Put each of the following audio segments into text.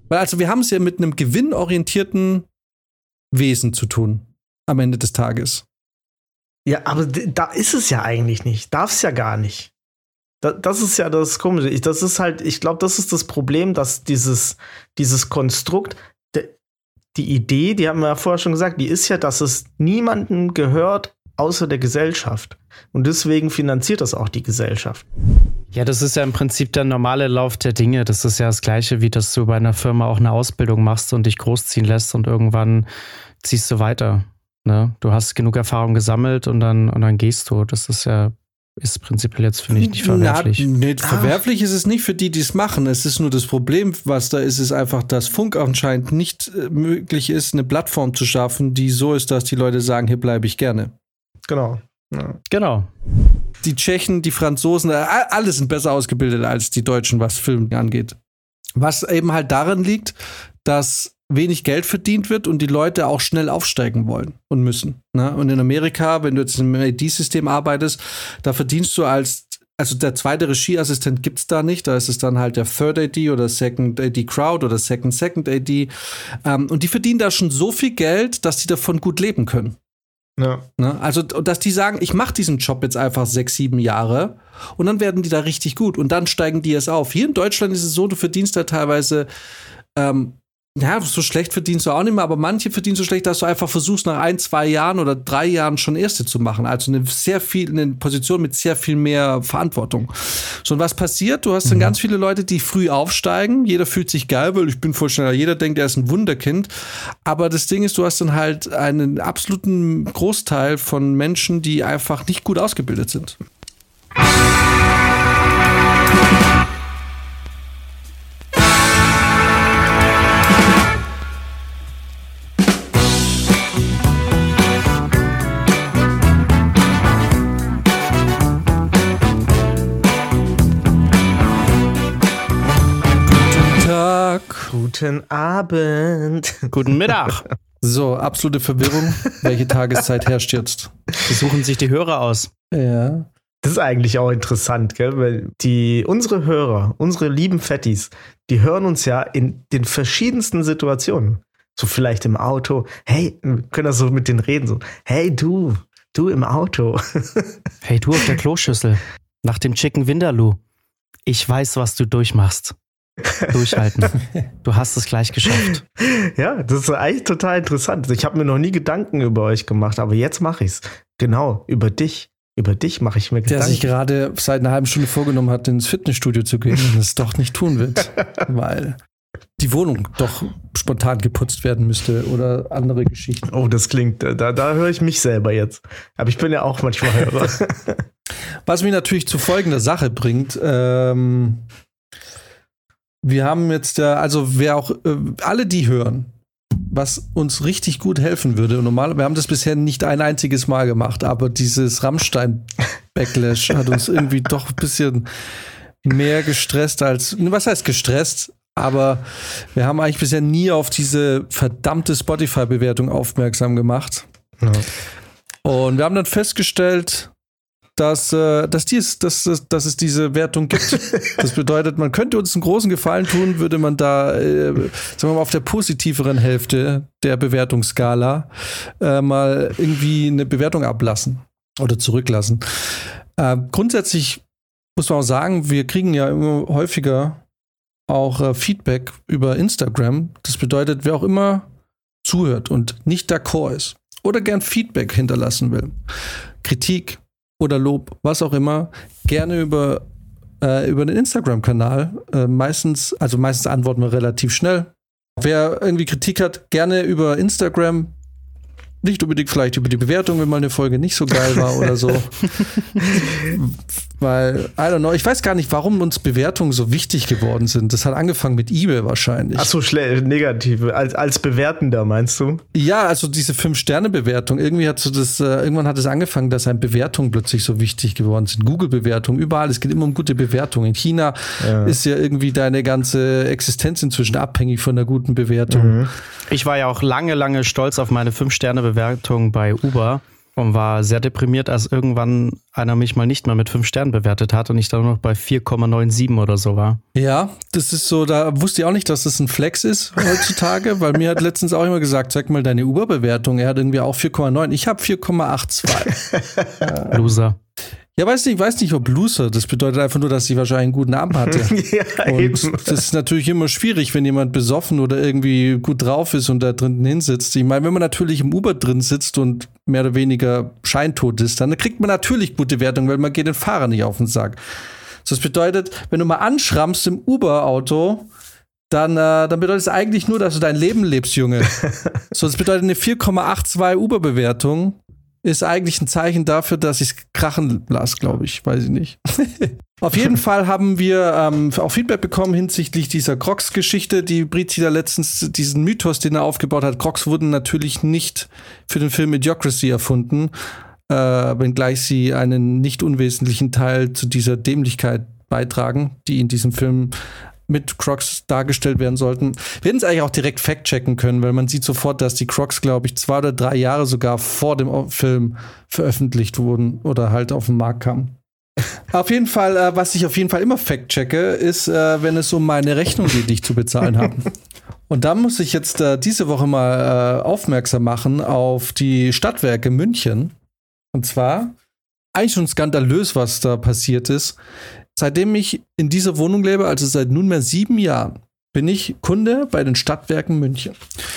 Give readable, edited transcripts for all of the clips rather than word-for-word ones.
Weil also wir haben es ja mit einem gewinnorientierten Wesen zu tun am Ende des Tages. Ja, aber da ist es ja eigentlich nicht. Darf es ja gar nicht. Das ist ja das Komische. Ich glaube, das ist das Problem, dass dieses Konstrukt, die Idee, die haben wir ja vorher schon gesagt, die ist ja, dass es niemandem gehört außer der Gesellschaft. Und deswegen finanziert das auch die Gesellschaft. Ja, das ist ja im Prinzip der normale Lauf der Dinge. Das ist ja das Gleiche, wie dass du bei einer Firma auch eine Ausbildung machst und dich großziehen lässt und irgendwann ziehst du weiter. Ne? Du hast genug Erfahrung gesammelt und dann gehst du. Das ist prinzipiell jetzt, finde ich, nicht verwerflich. Verwerflich ist es nicht für die es machen. Es ist nur das Problem, was da ist einfach, dass Funk anscheinend nicht möglich ist, eine Plattform zu schaffen, die so ist, dass die Leute sagen, hier bleibe ich gerne. Genau. Ja. Genau. Die Tschechen, die Franzosen, alle sind besser ausgebildet als die Deutschen, was Film angeht. Was eben halt darin liegt, dass wenig Geld verdient wird und die Leute auch schnell aufsteigen wollen und müssen. Ne? Und in Amerika, wenn du jetzt im AD-System arbeitest, da verdienst du also der zweite Regieassistent gibt's da nicht, da ist es dann halt der Third AD oder Second AD Crowd oder Second AD. Und die verdienen da schon so viel Geld, dass die davon gut leben können. Ja. Ne? Also, dass die sagen, ich mache diesen Job jetzt einfach 6-7 Jahre und dann werden die da richtig gut und dann steigen die es auf. Hier in Deutschland ist es so, du verdienst da teilweise so schlecht verdienst du auch nicht mehr, aber manche verdienen so schlecht, dass du einfach versuchst, nach 1-2 Jahren oder 3 Jahren schon Erste zu machen. Also eine Position mit sehr viel mehr Verantwortung. So, und was passiert? Du hast dann ganz viele Leute, die früh aufsteigen. Jeder fühlt sich geil, weil ich bin voll schneller. Jeder denkt, er ist ein Wunderkind. Aber das Ding ist, du hast dann halt einen absoluten Großteil von Menschen, die einfach nicht gut ausgebildet sind. Guten Abend. Guten Mittag. So, absolute Verwirrung. Welche Tageszeit herrscht jetzt? Die suchen sich die Hörer aus. Ja. Das ist eigentlich auch interessant, gell? Weil unsere Hörer, unsere lieben Fettis, die hören uns ja in den verschiedensten Situationen. So vielleicht im Auto. Hey, wir können das so mit denen reden. So, hey, du im Auto. Hey, du auf der Kloschüssel. Nach dem Chicken Vindaloo. Ich weiß, was du durchmachst. Durchhalten. Du hast es gleich geschafft. Ja, das ist eigentlich total interessant. Ich habe mir noch nie Gedanken über euch gemacht, aber jetzt mache ich's. Genau, über dich. Über dich mache ich mir Gedanken. Der sich gerade seit einer halben Stunde vorgenommen hat, ins Fitnessstudio zu gehen und es doch nicht tun wird, weil die Wohnung doch spontan geputzt werden müsste oder andere Geschichten. Oh, das klingt, da höre ich mich selber jetzt. Aber ich bin ja auch manchmal Hörer. Was mich natürlich zu folgender Sache bringt, wir haben jetzt wer auch, alle die hören, was uns richtig gut helfen würde. Und wir haben das bisher nicht ein einziges Mal gemacht, aber dieses Rammstein-Backlash hat uns irgendwie doch ein bisschen mehr gestresst was heißt gestresst? Aber wir haben eigentlich bisher nie auf diese verdammte Spotify-Bewertung aufmerksam gemacht. Ja. Und wir haben dann festgestellt, dass es diese Wertung gibt. Das bedeutet, man könnte uns einen großen Gefallen tun, würde man da, sagen wir mal, auf der positiveren Hälfte der Bewertungsskala mal irgendwie eine Bewertung ablassen oder zurücklassen. Grundsätzlich muss man auch sagen, wir kriegen ja immer häufiger auch Feedback über Instagram. Das bedeutet, wer auch immer zuhört und nicht d'accord ist oder gern Feedback hinterlassen will, Kritik oder Lob, was auch immer, gerne über den Instagram-Kanal. Meistens antworten wir relativ schnell. Wer irgendwie Kritik hat, gerne über Instagram. Nicht unbedingt vielleicht über die Bewertung, wenn mal eine Folge nicht so geil war oder so. Weil, I don't know, ich weiß gar nicht, warum uns Bewertungen so wichtig geworden sind. Das hat angefangen mit eBay wahrscheinlich. Ach so, negative, als Bewertender meinst du? Ja, also diese 5-Sterne-Bewertung. Irgendwann hat es angefangen, dass Bewertungen plötzlich so wichtig geworden sind. Google-Bewertungen, überall. Es geht immer um gute Bewertungen. In China ist ja irgendwie deine ganze Existenz inzwischen abhängig von einer guten Bewertung. Ich war ja auch lange, lange stolz auf meine 5-Sterne-Bewertung bei Uber. und war sehr deprimiert, als irgendwann einer mich mal nicht mehr mit 5 Sternen bewertet hat und ich dann noch bei 4,97 oder so war. Ja, das ist so, da wusste ich auch nicht, dass das ein Flex ist heutzutage, weil mir hat letztens auch immer gesagt, sag mal deine Uber-Bewertung, er hat irgendwie auch 4,9, ich habe 4,82. Loser. Ja, weiß nicht, ob Loser, das bedeutet einfach nur, dass ich wahrscheinlich einen guten Abend hatte. Ja, und eben. das ist natürlich immer schwierig, wenn jemand besoffen oder irgendwie gut drauf ist und da drinnen hinsitzt. Ich meine, wenn man natürlich im Uber drin sitzt und mehr oder weniger scheintot ist, dann kriegt man natürlich gute Wertung, weil man geht den Fahrer nicht auf den Sack. So, das bedeutet, wenn du mal anschrammst im Uber-Auto, dann bedeutet es eigentlich nur, dass du dein Leben lebst, Junge. So, das bedeutet eine 4,82 Uber-Bewertung. Ist eigentlich ein Zeichen dafür, dass ich es krachen lasse, glaube ich. Weiß ich nicht. Auf jeden Fall haben wir auch Feedback bekommen hinsichtlich dieser Crocs-Geschichte. Die Brizi da letztens diesen Mythos, den er aufgebaut hat. Crocs wurden natürlich nicht für den Film Idiocracy erfunden, wenngleich sie einen nicht unwesentlichen Teil zu dieser Dämlichkeit beitragen, die in diesem Film mit Crocs dargestellt werden sollten. Wir hätten es eigentlich auch direkt fact-checken können, weil man sieht sofort, dass die Crocs, glaube ich, 2 oder 3 Jahre sogar vor dem Film veröffentlicht wurden oder halt auf den Markt kamen. Auf jeden Fall, was ich auf jeden Fall immer fact-checke, ist, wenn es um meine Rechnung geht, die ich zu bezahlen habe. Und da muss ich jetzt diese Woche mal aufmerksam machen auf die Stadtwerke München. Und zwar eigentlich schon skandalös, was da passiert ist. Seitdem ich in dieser Wohnung lebe, also seit nunmehr 7 Jahren, bin ich Kunde bei den Stadtwerken München.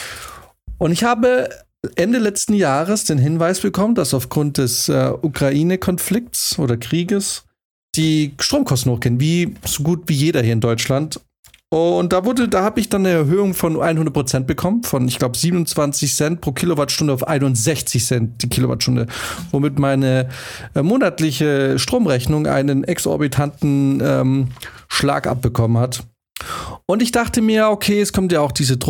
Und ich habe Ende letzten Jahres den Hinweis bekommen, dass aufgrund des Ukraine-Konflikts oder Krieges die Stromkosten hochgehen, wie so gut wie jeder hier in Deutschland. Und da habe ich dann eine Erhöhung von 100% bekommen, von, ich glaube, 27 Cent pro Kilowattstunde auf 61 Cent die Kilowattstunde, womit meine monatliche Stromrechnung einen exorbitanten Schlag abbekommen hat. Und ich dachte mir, okay, es kommt ja auch diese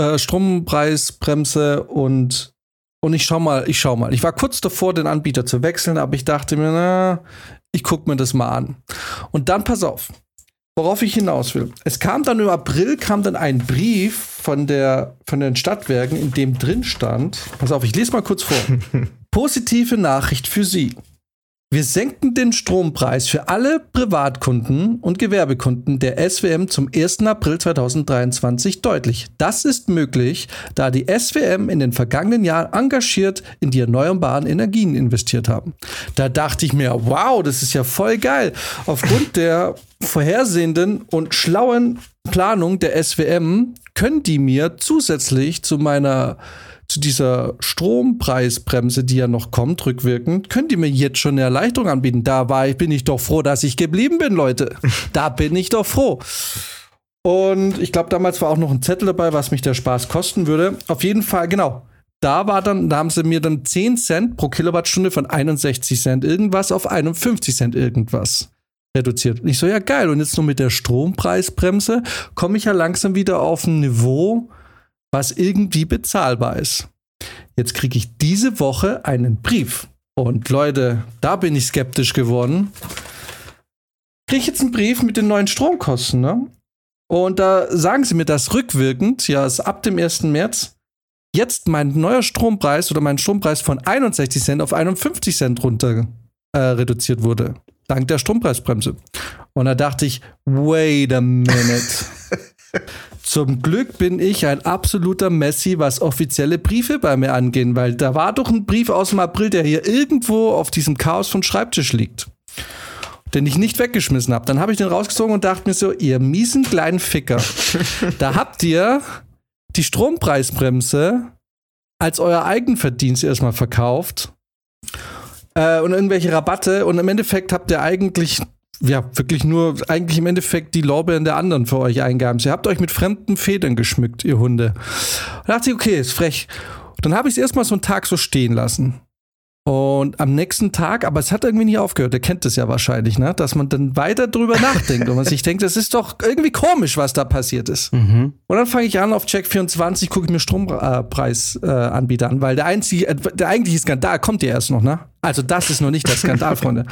Strompreisbremse und ich schau mal. Ich war kurz davor, den Anbieter zu wechseln, aber ich dachte mir, ich gucke mir das mal an. Und dann, pass auf. Worauf ich hinaus will. Es kam dann im April ein Brief von den Stadtwerken, in dem drin stand, pass auf, ich lese mal kurz vor. Positive Nachricht für Sie. Wir senken den Strompreis für alle Privatkunden und Gewerbekunden der SWM zum 1. April 2023 deutlich. Das ist möglich, da die SWM in den vergangenen Jahren engagiert in die erneuerbaren Energien investiert haben. Da dachte ich mir, wow, das ist ja voll geil. Aufgrund der vorhersehenden und schlauen Planung der SWM können die mir zusätzlich zu dieser Strompreisbremse, die ja noch kommt, rückwirkend, können die mir jetzt schon eine Erleichterung anbieten. Bin ich doch froh, dass ich geblieben bin, Leute. Da bin ich doch froh. Und ich glaube, damals war auch noch ein Zettel dabei, was mich der Spaß kosten würde. Auf jeden Fall, genau. Da haben sie mir dann 10 Cent pro Kilowattstunde von 61 Cent irgendwas auf 51 Cent irgendwas reduziert. Und ich so, ja geil. Und jetzt nur mit der Strompreisbremse komme ich ja langsam wieder auf ein Niveau, was irgendwie bezahlbar ist. Jetzt kriege ich diese Woche einen Brief. Und Leute, da bin ich skeptisch geworden. Kriege ich jetzt einen Brief mit den neuen Stromkosten, ne? Und da sagen sie mir, dass rückwirkend, ja, ist ab dem 1. März, jetzt mein neuer Strompreis oder mein Strompreis von 61 Cent auf 51 Cent runter reduziert wurde. Dank der Strompreisbremse. Und da dachte ich, wait a minute. Zum Glück bin ich ein absoluter Messi, was offizielle Briefe bei mir angehen, weil da war doch ein Brief aus dem April, der hier irgendwo auf diesem Chaos von Schreibtisch liegt, den ich nicht weggeschmissen habe. Dann habe ich den rausgezogen und dachte mir so, ihr miesen kleinen Ficker, da habt ihr die Strompreisbremse als euer Eigenverdienst erstmal verkauft und irgendwelche Rabatte und im Endeffekt habt ihr eigentlich wirklich nur im Endeffekt die Lorbeeren der anderen für euch eingeheimst. Ihr habt euch mit fremden Federn geschmückt, ihr Hunde. Da dachte ich, okay, ist frech. Dann habe ich es erstmal so einen Tag so stehen lassen. Und am nächsten Tag, aber es hat irgendwie nicht aufgehört, ihr kennt das ja wahrscheinlich, ne? Dass man dann weiter drüber nachdenkt und man sich denkt, das ist doch irgendwie komisch, was da passiert ist. Mhm. Und dann fange ich an, auf Check24 gucke ich mir Strompreisanbieter an, weil der eigentliche Skandal kommt ja erst noch, ne? Also das ist noch nicht der Skandal, Freunde.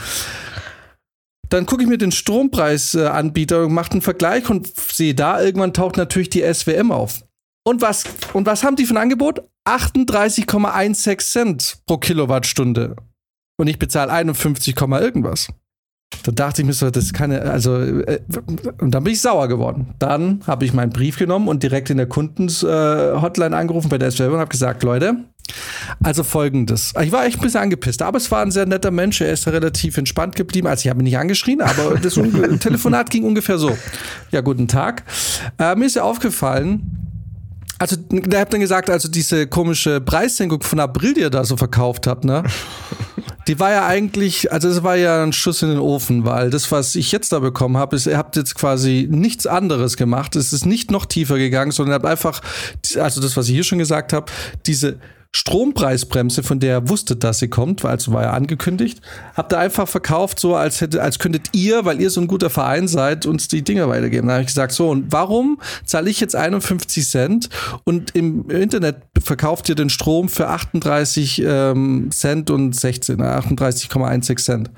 Dann gucke ich mir den Strompreisanbieter und mache einen Vergleich und sehe da, irgendwann taucht natürlich die SWM auf. Und was haben die für ein Angebot? 38,16 Cent pro Kilowattstunde. Und ich bezahle 51, irgendwas. Da dachte ich mir so, das kann ja, und dann bin ich sauer geworden. Dann habe ich meinen Brief genommen und direkt in der Kundens-Hotline angerufen bei der SWR und habe gesagt, Leute, also Folgendes. Ich war echt ein bisschen angepisst, aber es war ein sehr netter Mensch, er ist da relativ entspannt geblieben. Also ich habe ihn nicht angeschrien, aber das Telefonat ging ungefähr so. Ja, guten Tag. Mir ist ja aufgefallen, also der hat dann gesagt, also diese komische Preissenkung von April, die ihr da so verkauft habt, ne? Die war ja eigentlich, also es war ja ein Schuss in den Ofen, weil das, was ich jetzt da bekommen habe, ist, ihr habt jetzt quasi nichts anderes gemacht. Es ist nicht noch tiefer gegangen, sondern ihr habt einfach, also das, was ich hier schon gesagt habe, diese Strompreisbremse, von der ihr wusstet, dass sie kommt, weil es war ja angekündigt, habt ihr einfach verkauft, so als könntet ihr, weil ihr so ein guter Verein seid, uns die Dinger weitergeben. Da habe ich gesagt, so, und warum zahle ich jetzt 51 Cent und im Internet verkauft ihr den Strom für 38 Cent und 38,16 Cent.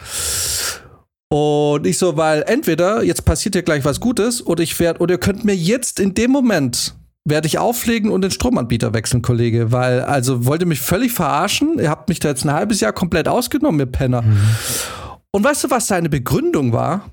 Und ich so, weil entweder jetzt passiert ja gleich was Gutes oder ihr könnt mir jetzt in dem Moment werde ich auflegen und den Stromanbieter wechseln, Kollege, weil, also wollt ihr mich völlig verarschen? Ihr habt mich da jetzt ein halbes Jahr komplett ausgenommen, ihr Penner. Und weißt du, was seine Begründung war?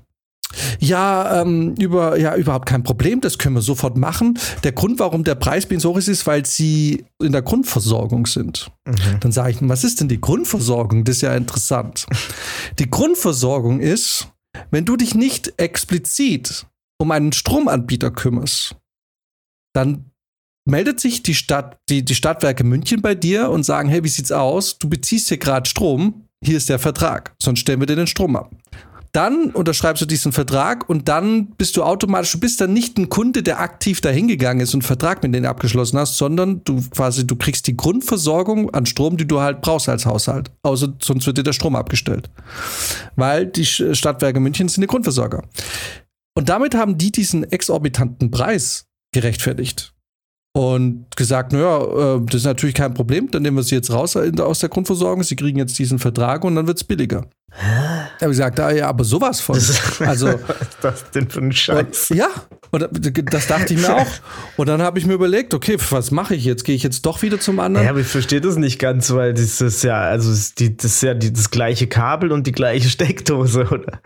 Ja, überhaupt kein Problem, das können wir sofort machen. Der Grund, warum der Preis bei Ihnen so hoch ist, weil Sie in der Grundversorgung sind. Dann sage ich, was ist denn die Grundversorgung? Das ist ja interessant. Die Grundversorgung ist, wenn du dich nicht explizit um einen Stromanbieter kümmerst, dann meldet sich die Stadtwerke München bei dir und sagen, hey, wie sieht's aus? Du beziehst hier gerade Strom, hier ist der Vertrag, sonst stellen wir dir den Strom ab. Dann unterschreibst du diesen Vertrag und dann bist du bist dann nicht ein Kunde, der aktiv dahin gegangen ist und einen Vertrag mit denen abgeschlossen hast, sondern du kriegst die Grundversorgung an Strom, die du halt brauchst als Haushalt. Außer sonst wird dir der Strom abgestellt. Weil die Stadtwerke München sind die Grundversorger. Und damit haben die diesen exorbitanten Preis gerechtfertigt und gesagt, naja, das ist natürlich kein Problem, dann nehmen wir sie jetzt raus aus der Grundversorgung, sie kriegen jetzt diesen Vertrag und dann wird es billiger. Da habe ich gesagt, ja, aber sowas von. Also, was ist das denn für ein Scheiß? Ja, und das dachte ich mir auch. Und dann habe ich mir überlegt, okay, was mache ich jetzt? Gehe ich jetzt doch wieder zum anderen? Ja, aber ich verstehe das nicht ganz, weil das ist ja, also das ist ja das gleiche Kabel und die gleiche Steckdose, oder?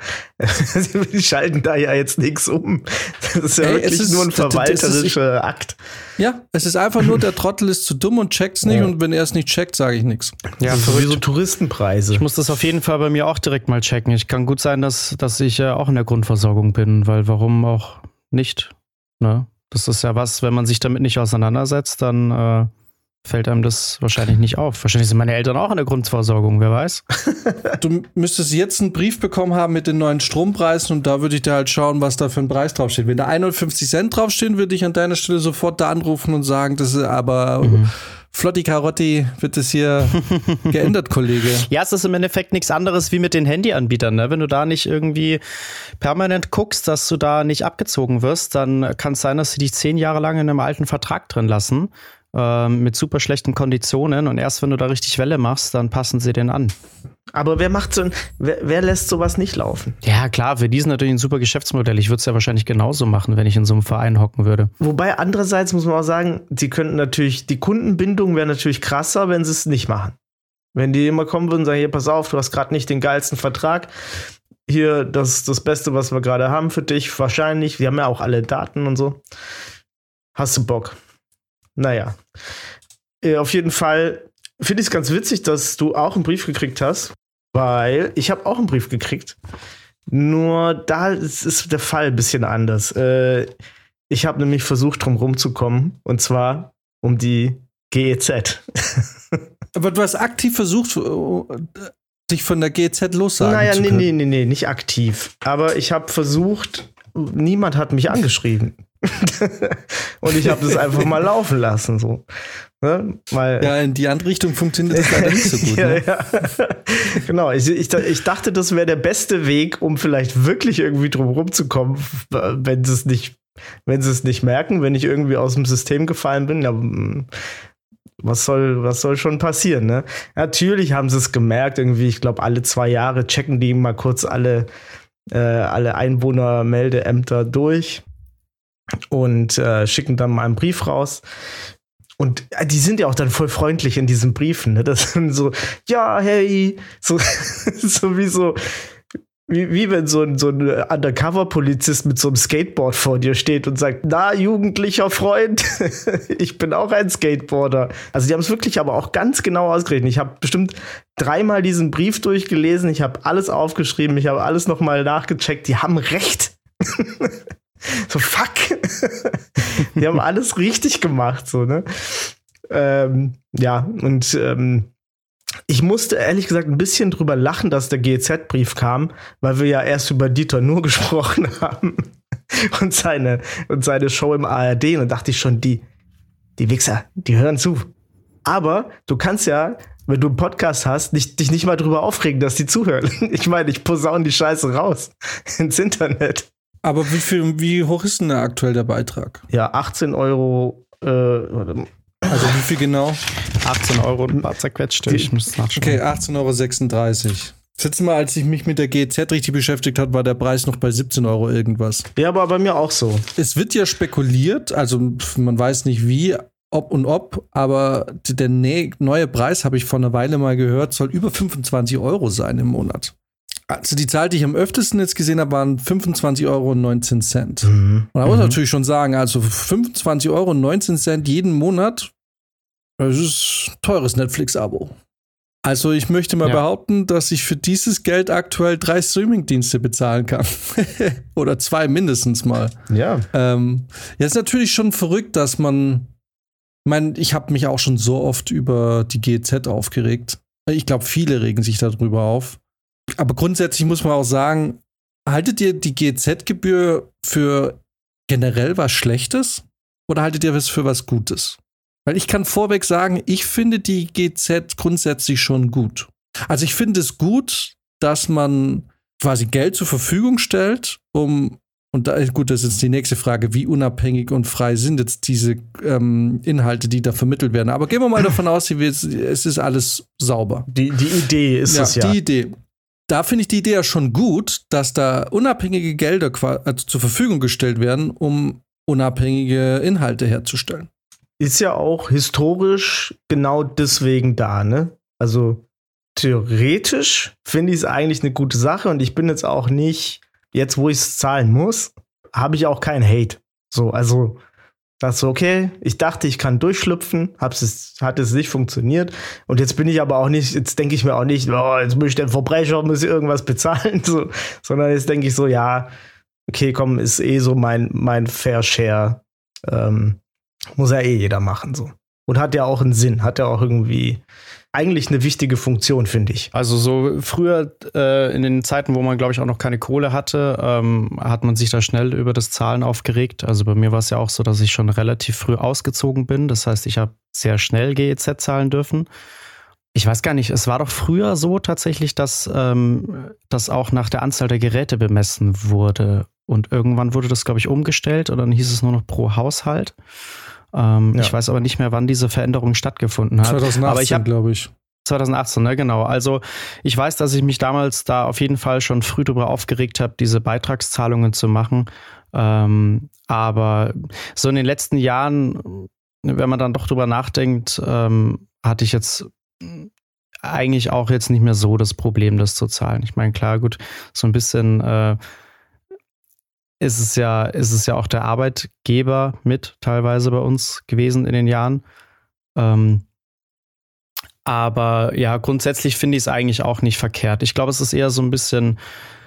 Die schalten da ja jetzt nichts um. Das ist ja wirklich nur ein verwalterischer Akt. Ja, es ist einfach nur, der Trottel ist zu dumm und checkt's nicht, und wenn er es nicht checkt, sage ich nichts. Ja, also wie so Touristenpreise. Ich muss das auf jeden Fall bei mir auch direkt mal checken. Ich kann gut sein, dass ich auch in der Grundversorgung bin, weil warum auch nicht? Ne? Das ist ja was, wenn man sich damit nicht auseinandersetzt, dann fällt einem das wahrscheinlich nicht auf. Wahrscheinlich sind meine Eltern auch in der Grundversorgung, wer weiß. Du müsstest jetzt einen Brief bekommen haben mit den neuen Strompreisen und da würde ich dir halt schauen, was da für ein Preis draufsteht. Wenn da 51 Cent draufstehen, würde ich an deiner Stelle sofort da anrufen und sagen, das ist aber Flotti Carotti, wird das hier geändert, Kollege. Ja, es ist im Endeffekt nichts anderes wie mit den Handyanbietern. Ne? Wenn du da nicht irgendwie permanent guckst, dass du da nicht abgezogen wirst, dann kann es sein, dass sie dich 10 Jahre lang in einem alten Vertrag drin lassen. Mit super schlechten Konditionen, und erst wenn du da richtig Welle machst, dann passen sie den an. Aber wer lässt sowas nicht laufen? Ja, klar, für die ist natürlich ein super Geschäftsmodell. Ich würde es ja wahrscheinlich genauso machen, wenn ich in so einem Verein hocken würde. Wobei andererseits muss man auch sagen, die Kundenbindung wäre natürlich krasser, wenn sie es nicht machen. Wenn die immer kommen würden und sagen, hier, pass auf, du hast gerade nicht den geilsten Vertrag. Hier, das ist das Beste, was wir gerade haben für dich. Wahrscheinlich, wir haben ja auch alle Daten und so. Hast du Bock? Naja, auf jeden Fall finde ich es ganz witzig, dass du auch einen Brief gekriegt hast, weil ich habe auch einen Brief gekriegt. Nur da ist der Fall ein bisschen anders. Ich habe nämlich versucht, drum rumzukommen, und zwar um die GEZ. Aber du hast aktiv versucht, dich von der GEZ lossagen zu können. Nee, nicht aktiv. Aber ich habe versucht, niemand hat mich angeschrieben. Und ich habe das einfach mal laufen lassen, so. Ne? Ja, in die andere Richtung funktioniert das leider nicht so gut. Ja, ne? ja. Genau, ich dachte, das wäre der beste Weg, um vielleicht wirklich irgendwie drum rumzukommen, wenn sie es nicht merken, wenn ich irgendwie aus dem System gefallen bin. Ja, was soll schon passieren, ne? Natürlich haben sie es gemerkt, irgendwie, ich glaube, alle 2 Jahre checken die mal kurz alle Einwohnermeldeämter durch und schicken dann mal einen Brief raus. Und die sind ja auch dann voll freundlich in diesen Briefen. Ne? Das sind so, ja, hey, so, wie wenn so ein Undercover-Polizist mit so einem Skateboard vor dir steht und sagt, na, jugendlicher Freund, ich bin auch ein Skateboarder. Also die haben es wirklich aber auch ganz genau ausgerechnet. Ich habe bestimmt 3-mal diesen Brief durchgelesen, ich habe alles aufgeschrieben, ich habe alles nochmal nachgecheckt. Die haben recht. So, fuck. Die haben alles richtig gemacht, so, ne? Ich musste ehrlich gesagt ein bisschen drüber lachen, dass der GEZ-Brief kam, weil wir ja erst über Dieter Nuhr gesprochen haben und seine Show im ARD. Und dann dachte ich schon, die Wichser, die hören zu. Aber du kannst ja, wenn du einen Podcast hast, dich nicht mal drüber aufregen, dass die zuhören. Ich meine, ich posaune die Scheiße raus ins Internet. Aber wie hoch ist denn da aktuell der Beitrag? Ja, 18 Euro. Also wie viel genau? 18 Euro und ein paar zerquetschte. Ich muss es nachschauen. Okay, 18,36 Euro. Das letzte Mal, als ich mich mit der GEZ richtig beschäftigt habe, war der Preis noch bei 17 Euro irgendwas. Ja, aber bei mir auch so. Es wird ja spekuliert, also man weiß nicht wie, ob, aber der neue Preis, habe ich vor einer Weile mal gehört, soll über 25 Euro sein im Monat. Also die Zahl, die ich am öftesten jetzt gesehen habe, waren 25,19 Euro. Und da muss man natürlich schon sagen, also 25,19 Euro jeden Monat, das ist ein teures Netflix-Abo. Also ich möchte mal behaupten, dass ich für dieses Geld aktuell 3 Streaming-Dienste bezahlen kann. Oder 2 mindestens mal. Ja. Ist natürlich schon verrückt, dass ich habe mich auch schon so oft über die GEZ aufgeregt. Ich glaube, viele regen sich darüber auf. Aber grundsätzlich muss man auch sagen, haltet ihr die GEZ-Gebühr für generell was Schlechtes oder haltet ihr es für was Gutes? Weil ich kann vorweg sagen, ich finde die GEZ grundsätzlich schon gut. Also ich finde es gut, dass man quasi Geld zur Verfügung stellt, das ist die nächste Frage, wie unabhängig und frei sind jetzt diese Inhalte, die da vermittelt werden. Aber gehen wir mal davon aus, es ist alles sauber. Die Idee ist es ja. Die Idee. Da finde ich die Idee ja schon gut, dass da unabhängige Gelder zur Verfügung gestellt werden, um unabhängige Inhalte herzustellen. Ist ja auch historisch genau deswegen da, ne? Also theoretisch finde ich es eigentlich eine gute Sache und ich bin jetzt auch nicht, jetzt wo ich es zahlen muss, habe ich auch keinen Hate. So, also das so, okay, ich dachte, ich kann durchschlüpfen, hat es nicht funktioniert. Und jetzt bin ich aber auch nicht, jetzt denke ich mir auch nicht, jetzt muss ich den Verbrecher, muss ich irgendwas bezahlen, so, sondern jetzt denke ich so, ja, okay, komm, ist so mein Fair Share, muss ja jeder machen, so. Und hat ja auch einen Sinn, hat ja auch irgendwie eigentlich eine wichtige Funktion, finde ich. Also so früher in den Zeiten, wo man, glaube ich, auch noch keine Kohle hatte, hat man sich da schnell über das Zahlen aufgeregt. Also bei mir war es ja auch so, dass ich schon relativ früh ausgezogen bin. Das heißt, ich habe sehr schnell GEZ zahlen dürfen. Ich weiß gar nicht, es war doch früher so tatsächlich, dass das auch nach der Anzahl der Geräte bemessen wurde. Und irgendwann wurde das, glaube ich, umgestellt und dann hieß es nur noch pro Haushalt. Ich weiß aber nicht mehr, wann diese Veränderung stattgefunden hat. 2018, glaube ich. 2018, ne, genau. Also ich weiß, dass ich mich damals da auf jeden Fall schon früh darüber aufgeregt habe, diese Beitragszahlungen zu machen. Aber so in den letzten Jahren, wenn man dann doch drüber nachdenkt, hatte ich jetzt eigentlich auch jetzt nicht mehr so das Problem, das zu zahlen. Ich meine, klar, gut, so ein bisschen ist es ja auch der Arbeitgeber mit teilweise bei uns gewesen in den Jahren. Aber ja, grundsätzlich finde ich es eigentlich auch nicht verkehrt. Ich glaube, es ist eher so ein bisschen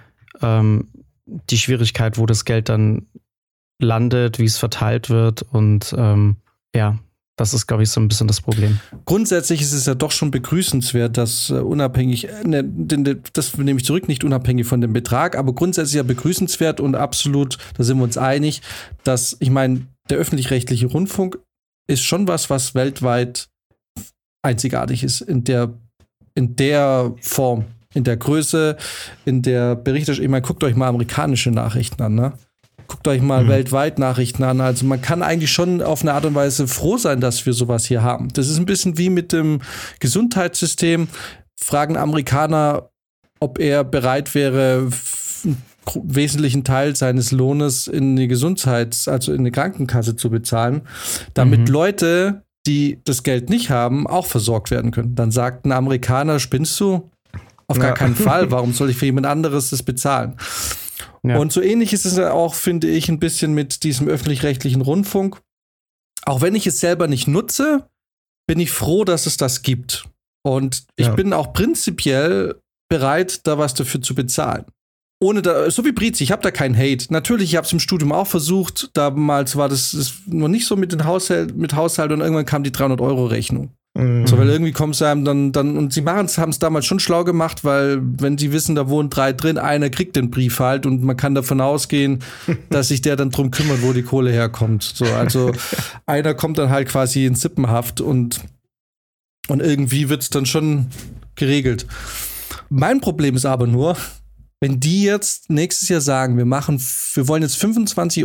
die Schwierigkeit, wo das Geld dann landet, wie es verteilt wird und das ist, glaube ich, so ein bisschen das Problem. Grundsätzlich ist es ja doch schon begrüßenswert, dass unabhängig, das nehme ich zurück, nicht unabhängig von dem Betrag, aber grundsätzlich ja begrüßenswert und absolut, da sind wir uns einig, dass, ich meine, der öffentlich-rechtliche Rundfunk ist schon was weltweit einzigartig ist in der Form, in der Größe, in der Berichterstattung. Ich meine, guckt euch mal amerikanische Nachrichten an, ne? Guckt euch mal weltweit Nachrichten an. Also man kann eigentlich schon auf eine Art und Weise froh sein, dass wir sowas hier haben. Das ist ein bisschen wie mit dem Gesundheitssystem. Fragen Amerikaner, ob er bereit wäre, einen wesentlichen Teil seines Lohnes in die also in eine Krankenkasse zu bezahlen, damit Leute, die das Geld nicht haben, auch versorgt werden können. Dann sagt ein Amerikaner, spinnst du? Auf gar keinen Fall. Warum soll ich für jemand anderes das bezahlen? Ja. Und so ähnlich ist es auch, finde ich, ein bisschen mit diesem öffentlich-rechtlichen Rundfunk. Auch wenn ich es selber nicht nutze, bin ich froh, dass es das gibt. Und ich bin auch prinzipiell bereit, da was dafür zu bezahlen. Ohne da, so wie Brizi, ich habe da keinen Hate. Natürlich, ich habe es im Studium auch versucht. Damals war das noch nicht so mit den Haushalt und irgendwann kam die 300-Euro-Rechnung. So, weil irgendwie kommt es einem dann und sie haben es damals schon schlau gemacht, weil wenn sie wissen, da wohnen 3 drin, einer kriegt den Brief halt und man kann davon ausgehen, dass sich der dann drum kümmert, wo die Kohle herkommt. So, also einer kommt dann halt quasi in Sippenhaft und irgendwie wird es dann schon geregelt. Mein Problem ist aber nur, wenn die jetzt nächstes Jahr sagen, wir wollen jetzt 25,19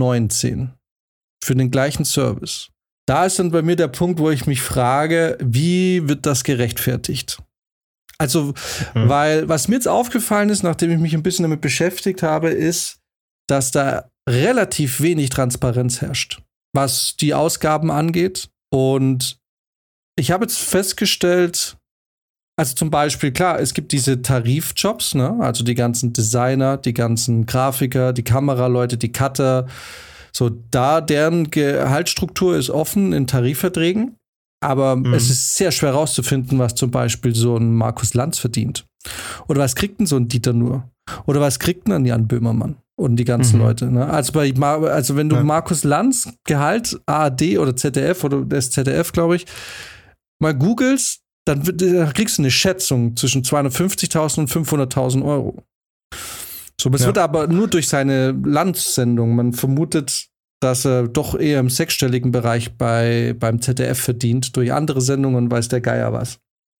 € für den gleichen Service. Da ist dann bei mir der Punkt, wo ich mich frage, wie wird das gerechtfertigt? Also, weil was mir jetzt aufgefallen ist, nachdem ich mich ein bisschen damit beschäftigt habe, ist, dass da relativ wenig Transparenz herrscht, was die Ausgaben angeht. Und ich habe jetzt festgestellt, also zum Beispiel, klar, es gibt diese Tarifjobs, ne? Also die ganzen Designer, die ganzen Grafiker, die Kameraleute, die Cutter. So, deren Gehaltsstruktur ist offen in Tarifverträgen, aber es ist sehr schwer rauszufinden, was zum Beispiel so ein Markus Lanz verdient. Oder was kriegt denn so ein Dieter Nuhr? Oder was kriegt denn Jan Böhmermann und die ganzen Leute? Ne? Also wenn du Markus Lanz Gehalt, ARD oder ZDF oder das ZDF, glaube ich, mal googelst, dann kriegst du eine Schätzung zwischen 250.000 und 500.000 Euro. So, es wird aber nur durch seine Lanz-Sendung. Man vermutet, dass er doch eher im sechsstelligen Bereich beim ZDF verdient, durch andere Sendungen weiß der Geier was.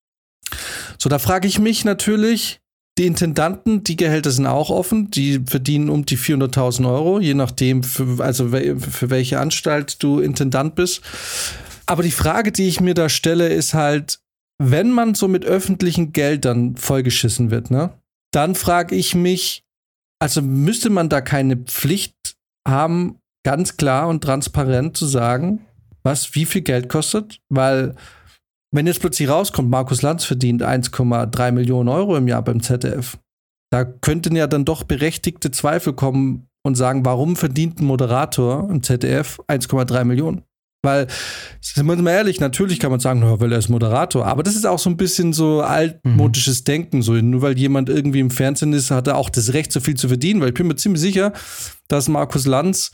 So, da frage ich mich natürlich, die Intendanten, die Gehälter sind auch offen, die verdienen um die 400.000 Euro, je nachdem, für welche Anstalt du Intendant bist. Aber die Frage, die ich mir da stelle, ist halt, wenn man so mit öffentlichen Geldern vollgeschissen wird, ne, dann frage ich mich, also müsste man da keine Pflicht haben, ganz klar und transparent zu sagen, wie viel Geld kostet? Weil, wenn jetzt plötzlich rauskommt, Markus Lanz verdient 1,3 Millionen Euro im Jahr beim ZDF, da könnten ja dann doch berechtigte Zweifel kommen und sagen, warum verdient ein Moderator im ZDF 1,3 Millionen? Weil, sind wir mal ehrlich, natürlich kann man sagen, weil er ist Moderator, aber das ist auch so ein bisschen so altmodisches Denken. So, nur weil jemand irgendwie im Fernsehen ist, hat er auch das Recht, so viel zu verdienen, weil ich bin mir ziemlich sicher, dass Markus Lanz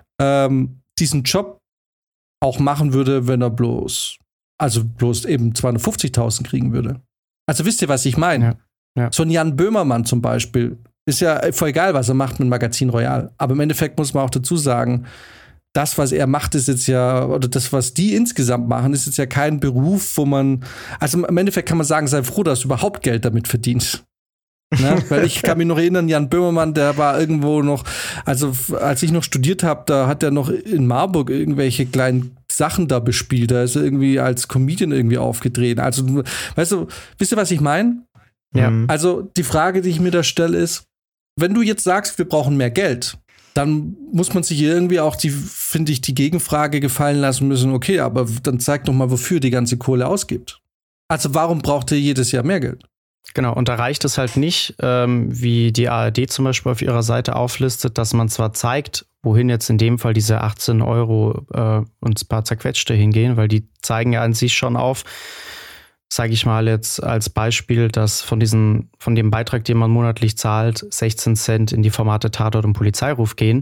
diesen Job auch machen würde, wenn er bloß eben 250.000 kriegen würde. Also wisst ihr, was ich meine? Ja. So ein Jan Böhmermann zum Beispiel, ist ja voll egal, was er macht mit Magazin Royal. Aber im Endeffekt muss man auch dazu sagen, das, was er macht, ist jetzt ja, oder das, was die insgesamt machen, ist jetzt ja kein Beruf, wo man, also im Endeffekt kann man sagen, sei froh, dass du überhaupt Geld damit verdienst. Ne? Weil ich kann mich noch erinnern, Jan Böhmermann, der war irgendwo noch, also als ich noch studiert habe, da hat er noch in Marburg irgendwelche kleinen Sachen da bespielt, da ist er irgendwie als Comedian irgendwie aufgetreten. Also, weißt du, wisst ihr, was ich meine? Ja. Also die Frage, die ich mir da stelle, ist, wenn du jetzt sagst, wir brauchen mehr Geld, dann muss man sich irgendwie auch die Gegenfrage gefallen lassen müssen, okay, aber dann zeig doch mal, wofür die ganze Kohle ausgibt. Also warum braucht ihr jedes Jahr mehr Geld? Genau, und da reicht es halt nicht, wie die ARD zum Beispiel auf ihrer Seite auflistet, dass man zwar zeigt, wohin jetzt in dem Fall diese 18 Euro und ein paar zerquetschte hingehen, weil die zeigen ja an sich schon auf, sage ich mal jetzt als Beispiel, dass von dem Beitrag, den man monatlich zahlt, 16 Cent in die Formate Tatort und Polizeiruf gehen.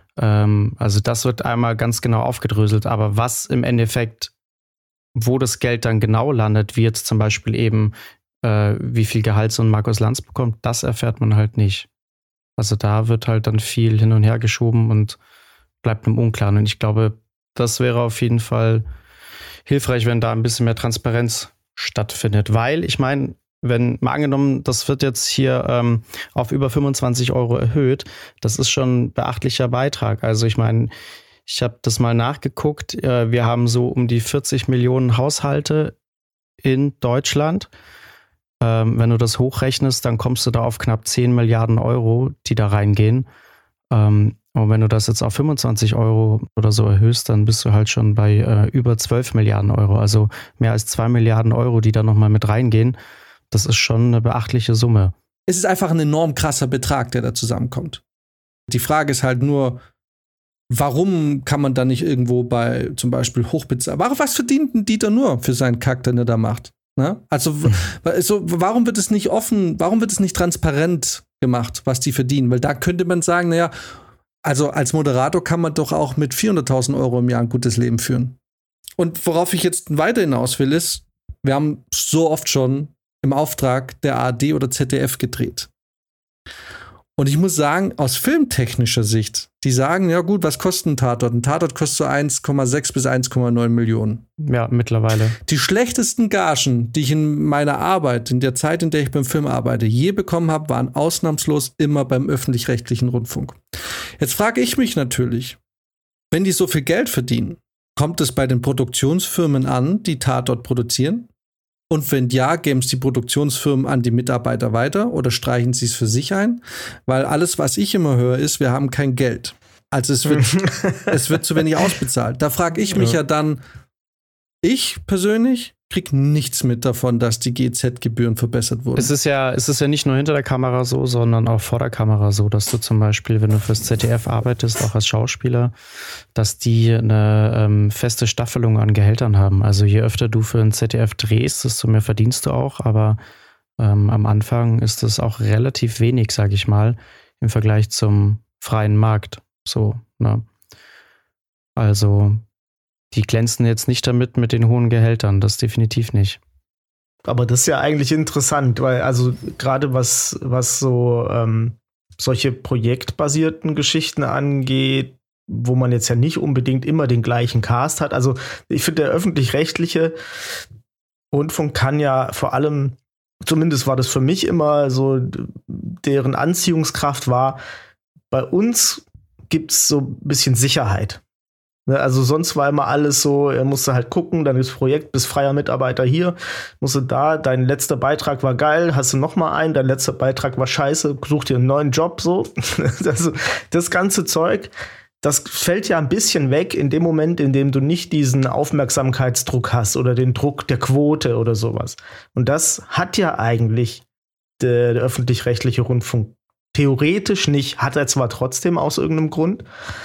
Also das wird einmal ganz genau aufgedröselt. Aber was im Endeffekt, wo das Geld dann genau landet, wie jetzt zum Beispiel eben, wie viel Gehalt so ein Markus Lanz bekommt, das erfährt man halt nicht. Also da wird halt dann viel hin und her geschoben und bleibt im Unklaren. Und ich glaube, das wäre auf jeden Fall hilfreich, wenn da ein bisschen mehr Transparenz stattfindet, weil ich meine, wenn mal angenommen, das wird jetzt hier auf über 25 Euro erhöht, das ist schon ein beachtlicher Beitrag. Also ich meine, ich habe das mal nachgeguckt, wir haben so um die 40 Millionen Haushalte in Deutschland. Wenn du das hochrechnest, dann kommst du da auf knapp 10 Milliarden Euro, die da reingehen. Und Und wenn du das jetzt auf 25 Euro oder so erhöhst, dann bist du halt schon bei über 12 Milliarden Euro. Also mehr als 2 Milliarden Euro, die da nochmal mit reingehen. Das ist schon eine beachtliche Summe. Es ist einfach ein enorm krasser Betrag, der da zusammenkommt. Die Frage ist halt nur, warum kann man da nicht irgendwo bei zum Beispiel hochbezahlen? Was verdient ein Dieter Nuhr für seinen Kack, den er da macht? Ne? Also warum wird es nicht offen, warum wird es nicht transparent gemacht, was die verdienen? Weil da könnte man sagen, naja, also als Moderator kann man doch auch mit 400.000 Euro im Jahr ein gutes Leben führen. Und worauf ich jetzt weiter hinaus will, ist, wir haben so oft schon im Auftrag der ARD oder ZDF gedreht. Und ich muss sagen, aus filmtechnischer Sicht, die sagen, ja gut, was kostet ein Tatort? Ein Tatort kostet so 1,6 bis 1,9 Millionen. Ja, mittlerweile. Die schlechtesten Gagen, die ich in meiner Arbeit, in der Zeit, in der ich beim Film arbeite, je bekommen habe, waren ausnahmslos immer beim öffentlich-rechtlichen Rundfunk. Jetzt frage ich mich natürlich, wenn die so viel Geld verdienen, kommt es bei den Produktionsfirmen an, die Tatort produzieren? Und wenn ja, geben es die Produktionsfirmen an die Mitarbeiter weiter oder streichen sie es für sich ein? Weil alles, was ich immer höre, ist, wir haben kein Geld. Also es wird zu wenig ausbezahlt. Da frage ich mich ja dann, ich persönlich kriege nichts mit davon, dass die GEZ-Gebühren verbessert wurden. Es ist ja nicht nur hinter der Kamera so, sondern auch vor der Kamera so, dass du zum Beispiel, wenn du fürs ZDF arbeitest, auch als Schauspieler, dass die eine feste Staffelung an Gehältern haben. Also je öfter du für ein ZDF drehst, desto mehr verdienst du auch, aber am Anfang ist es auch relativ wenig, sage ich mal, im Vergleich zum freien Markt. So, ne? Also die glänzen jetzt nicht damit mit den hohen Gehältern, das definitiv nicht. Aber das ist ja eigentlich interessant, weil also gerade was so solche projektbasierten Geschichten angeht, wo man jetzt ja nicht unbedingt immer den gleichen Cast hat. Also ich finde, der öffentlich-rechtliche Rundfunk kann ja vor allem, zumindest war das für mich immer so, deren Anziehungskraft war, bei uns gibt es so ein bisschen Sicherheit. Also sonst war immer alles so, er musste halt gucken, dann ist Projekt, bist freier Mitarbeiter hier, musst du da, dein letzter Beitrag war geil, hast du noch mal einen, dein letzter Beitrag war scheiße, such dir einen neuen Job, so. Also, das ganze Zeug, das fällt ja ein bisschen weg in dem Moment, in dem du nicht diesen Aufmerksamkeitsdruck hast oder den Druck der Quote oder sowas. Und das hat ja eigentlich der öffentlich-rechtliche Rundfunk theoretisch nicht, hat er zwar trotzdem aus irgendeinem Grund,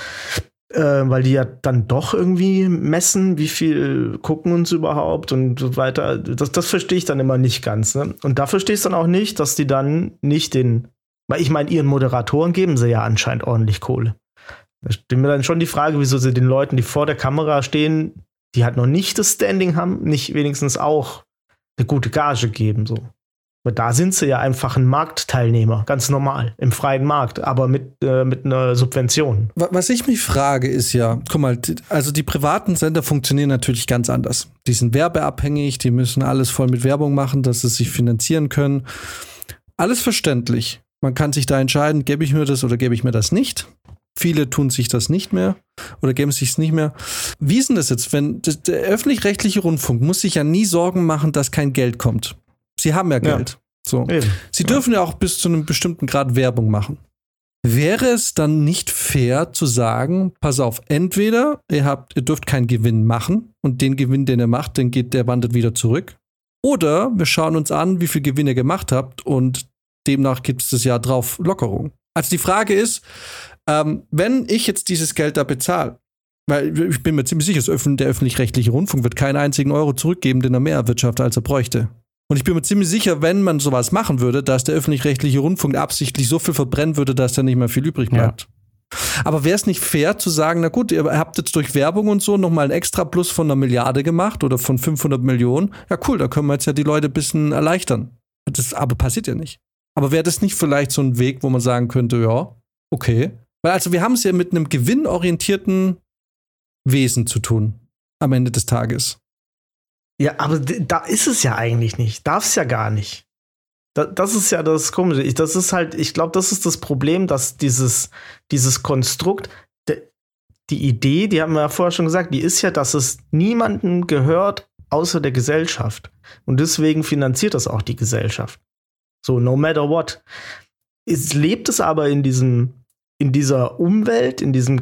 weil die ja dann doch irgendwie messen, wie viel gucken uns überhaupt und so weiter. Das verstehe ich dann immer nicht ganz. Ne? Und da verstehe ich dann auch nicht, dass die dann nicht weil ich meine, ihren Moderatoren geben sie ja anscheinend ordentlich Kohle. Da steht mir dann schon die Frage, wieso sie den Leuten, die vor der Kamera stehen, die halt noch nicht das Standing haben, nicht wenigstens auch eine gute Gage geben, so. Aber da sind sie ja einfach ein Marktteilnehmer, ganz normal, im freien Markt, aber mit einer Subvention. Was ich mich frage, ist ja, guck mal, also die privaten Sender funktionieren natürlich ganz anders. Die sind werbeabhängig, die müssen alles voll mit Werbung machen, dass sie sich finanzieren können. Alles verständlich. Man kann sich da entscheiden, gebe ich mir das oder gebe ich mir das nicht. Viele tun sich das nicht mehr oder geben sich es nicht mehr. Wie ist denn das jetzt, wenn der öffentlich-rechtliche Rundfunk muss sich ja nie Sorgen machen, dass kein Geld kommt? Sie haben ja Geld. Ja, so. Sie dürfen ja auch bis zu einem bestimmten Grad Werbung machen. Wäre es dann nicht fair zu sagen, pass auf, entweder ihr dürft keinen Gewinn machen und den Gewinn, den ihr macht, der wandert wieder zurück. Oder wir schauen uns an, wie viel Gewinn ihr gemacht habt und demnach gibt es das Jahr drauf Lockerung. Also die Frage ist, wenn ich jetzt dieses Geld da bezahle, weil ich bin mir ziemlich sicher, der öffentlich-rechtliche Rundfunk wird keinen einzigen Euro zurückgeben, den er mehr erwirtschaftet, als er bräuchte. Und ich bin mir ziemlich sicher, wenn man sowas machen würde, dass der öffentlich-rechtliche Rundfunk absichtlich so viel verbrennen würde, dass da nicht mehr viel übrig bleibt. Ja. Aber wäre es nicht fair zu sagen, na gut, ihr habt jetzt durch Werbung und so nochmal einen extra Plus von 1 Milliarde gemacht oder von 500 Millionen. Ja cool, da können wir jetzt ja die Leute ein bisschen erleichtern. Das aber passiert ja nicht. Aber wäre das nicht vielleicht so ein Weg, wo man sagen könnte, ja, okay. Weil also wir haben es ja mit einem gewinnorientierten Wesen zu tun am Ende des Tages. Ja, aber da ist es ja eigentlich nicht. Darf es ja gar nicht. Das ist ja das Komische. Das ist halt, ich glaube, das ist das Problem, dass dieses Konstrukt, die Idee, die haben wir ja vorher schon gesagt, die ist ja, dass es niemandem gehört außer der Gesellschaft. Und deswegen finanziert das auch die Gesellschaft. So, no matter what. Es lebt es aber in diesem in dieser Umwelt, in diesem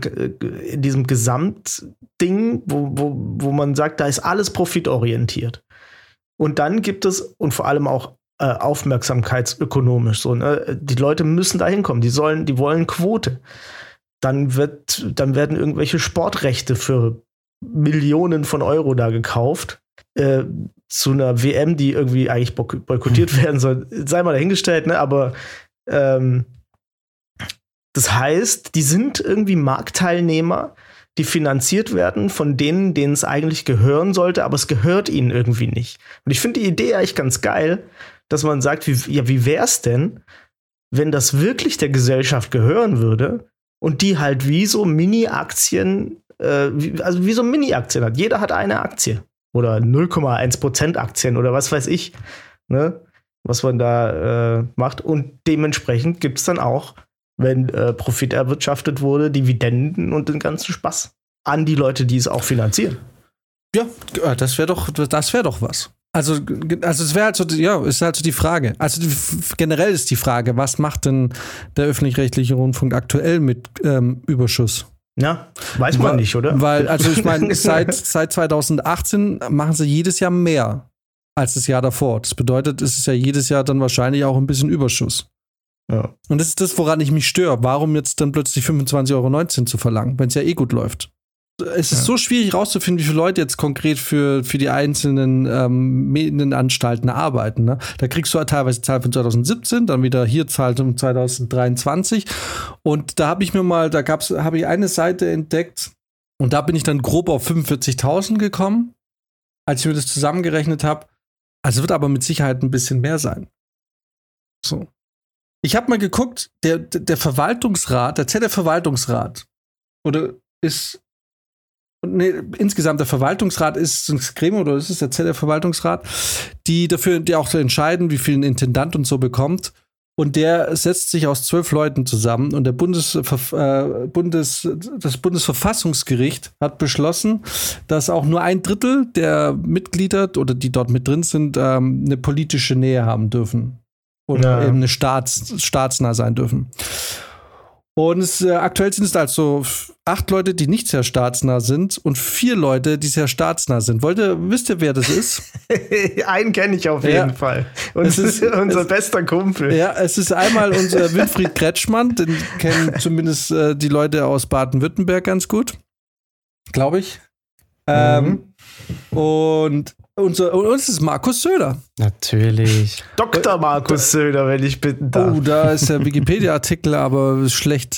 Gesamtding, wo man sagt, da ist alles profitorientiert. Und dann gibt es, und vor allem auch aufmerksamkeitsökonomisch, so, ne? Die Leute müssen da hinkommen, die wollen Quote. Dann werden irgendwelche Sportrechte für Millionen von Euro da gekauft, zu einer WM, die irgendwie eigentlich boykottiert werden soll, sei mal dahingestellt, ne? Aber das heißt, die sind irgendwie Marktteilnehmer, die finanziert werden von denen es eigentlich gehören sollte, aber es gehört ihnen irgendwie nicht. Und ich finde die Idee eigentlich ganz geil, dass man sagt, wie wär's denn, wenn das wirklich der Gesellschaft gehören würde und die halt wie so Mini-Aktien, wie so Mini-Aktien hat. Jeder hat eine Aktie oder 0,1% Aktien oder was weiß ich, ne? Was man da macht. Und dementsprechend gibt es dann auch, wenn Profit erwirtschaftet wurde, Dividenden und den ganzen Spaß an die Leute, die es auch finanzieren. Ja, das wäre doch was. Also es wäre halt so, ja, ist halt so die Frage. Also generell ist die Frage, was macht denn der öffentlich-rechtliche Rundfunk aktuell mit Überschuss? Ja, weiß man nicht, oder? Weil, also ich meine, seit 2018 machen sie jedes Jahr mehr als das Jahr davor. Das bedeutet, es ist ja jedes Jahr dann wahrscheinlich auch ein bisschen Überschuss. Ja. Und das ist das, woran ich mich störe. Warum jetzt dann plötzlich 25,19 € zu verlangen, wenn es ja eh gut läuft? Es ist so schwierig rauszufinden, wie viele Leute jetzt konkret für die einzelnen Medienanstalten arbeiten. Ne? Da kriegst du teilweise Zahlen von 2017, dann wieder hier Zahlen von 2023. Und da habe ich eine Seite entdeckt und da bin ich dann grob auf 45.000 gekommen, als ich mir das zusammengerechnet habe. Also wird aber mit Sicherheit ein bisschen mehr sein. So. Ich habe mal geguckt, der Verwaltungsrat, der ZDF-Verwaltungsrat, insgesamt der Verwaltungsrat ist ein Gremium, oder ist es der ZDF-Verwaltungsrat, die auch entscheiden, wie viel ein Intendant und so bekommt. Und der setzt sich aus 12 Leuten zusammen. Und das Bundesverfassungsgericht hat beschlossen, dass auch nur 1/3 der Mitglieder oder die dort mit drin sind, eine politische Nähe haben dürfen. Oder eben eine staatsnah sein dürfen. Und aktuell sind es also 8 Leute, die nicht sehr staatsnah sind und 4 Leute, die sehr staatsnah sind. Wisst ihr, wer das ist? Einen kenne ich auf jeden Fall. Und es ist unser bester Kumpel. Ja, es ist einmal unser Winfried Kretschmann, den kennen zumindest die Leute aus Baden-Württemberg ganz gut. Glaube ich. Und uns ist Markus Söder. Natürlich. Dr. Markus Söder, wenn ich bitten darf. Oh, da ist der Wikipedia-Artikel aber schlecht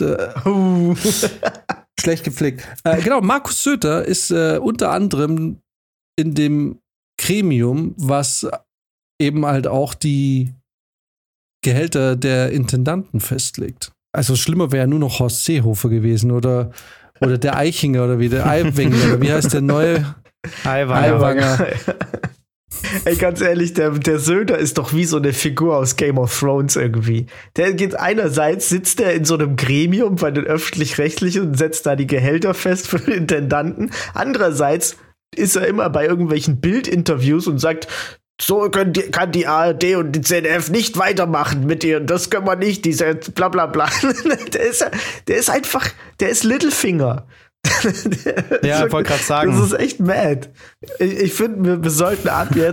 gepflegt. Genau, Markus Söder ist unter anderem in dem Gremium, was eben halt auch die Gehälter der Intendanten festlegt. Also schlimmer wäre nur noch Horst Seehofer gewesen oder der Eichinger oder der Aiwanger oder wie heißt der neue? Aiwanger. Ey, ganz ehrlich, der Söder ist doch wie so eine Figur aus Game of Thrones irgendwie. Einerseits sitzt er in so einem Gremium bei den Öffentlich-Rechtlichen und setzt da die Gehälter fest für den Intendanten. Andererseits ist er immer bei irgendwelchen Bildinterviews und sagt, so kann die ARD und die ZDF nicht weitermachen mit ihr. Das können wir nicht, diese bla bla bla. Der ist Littlefinger. Ja, ich wollte gerade sagen. Das ist echt mad. Ich finde, wir sollten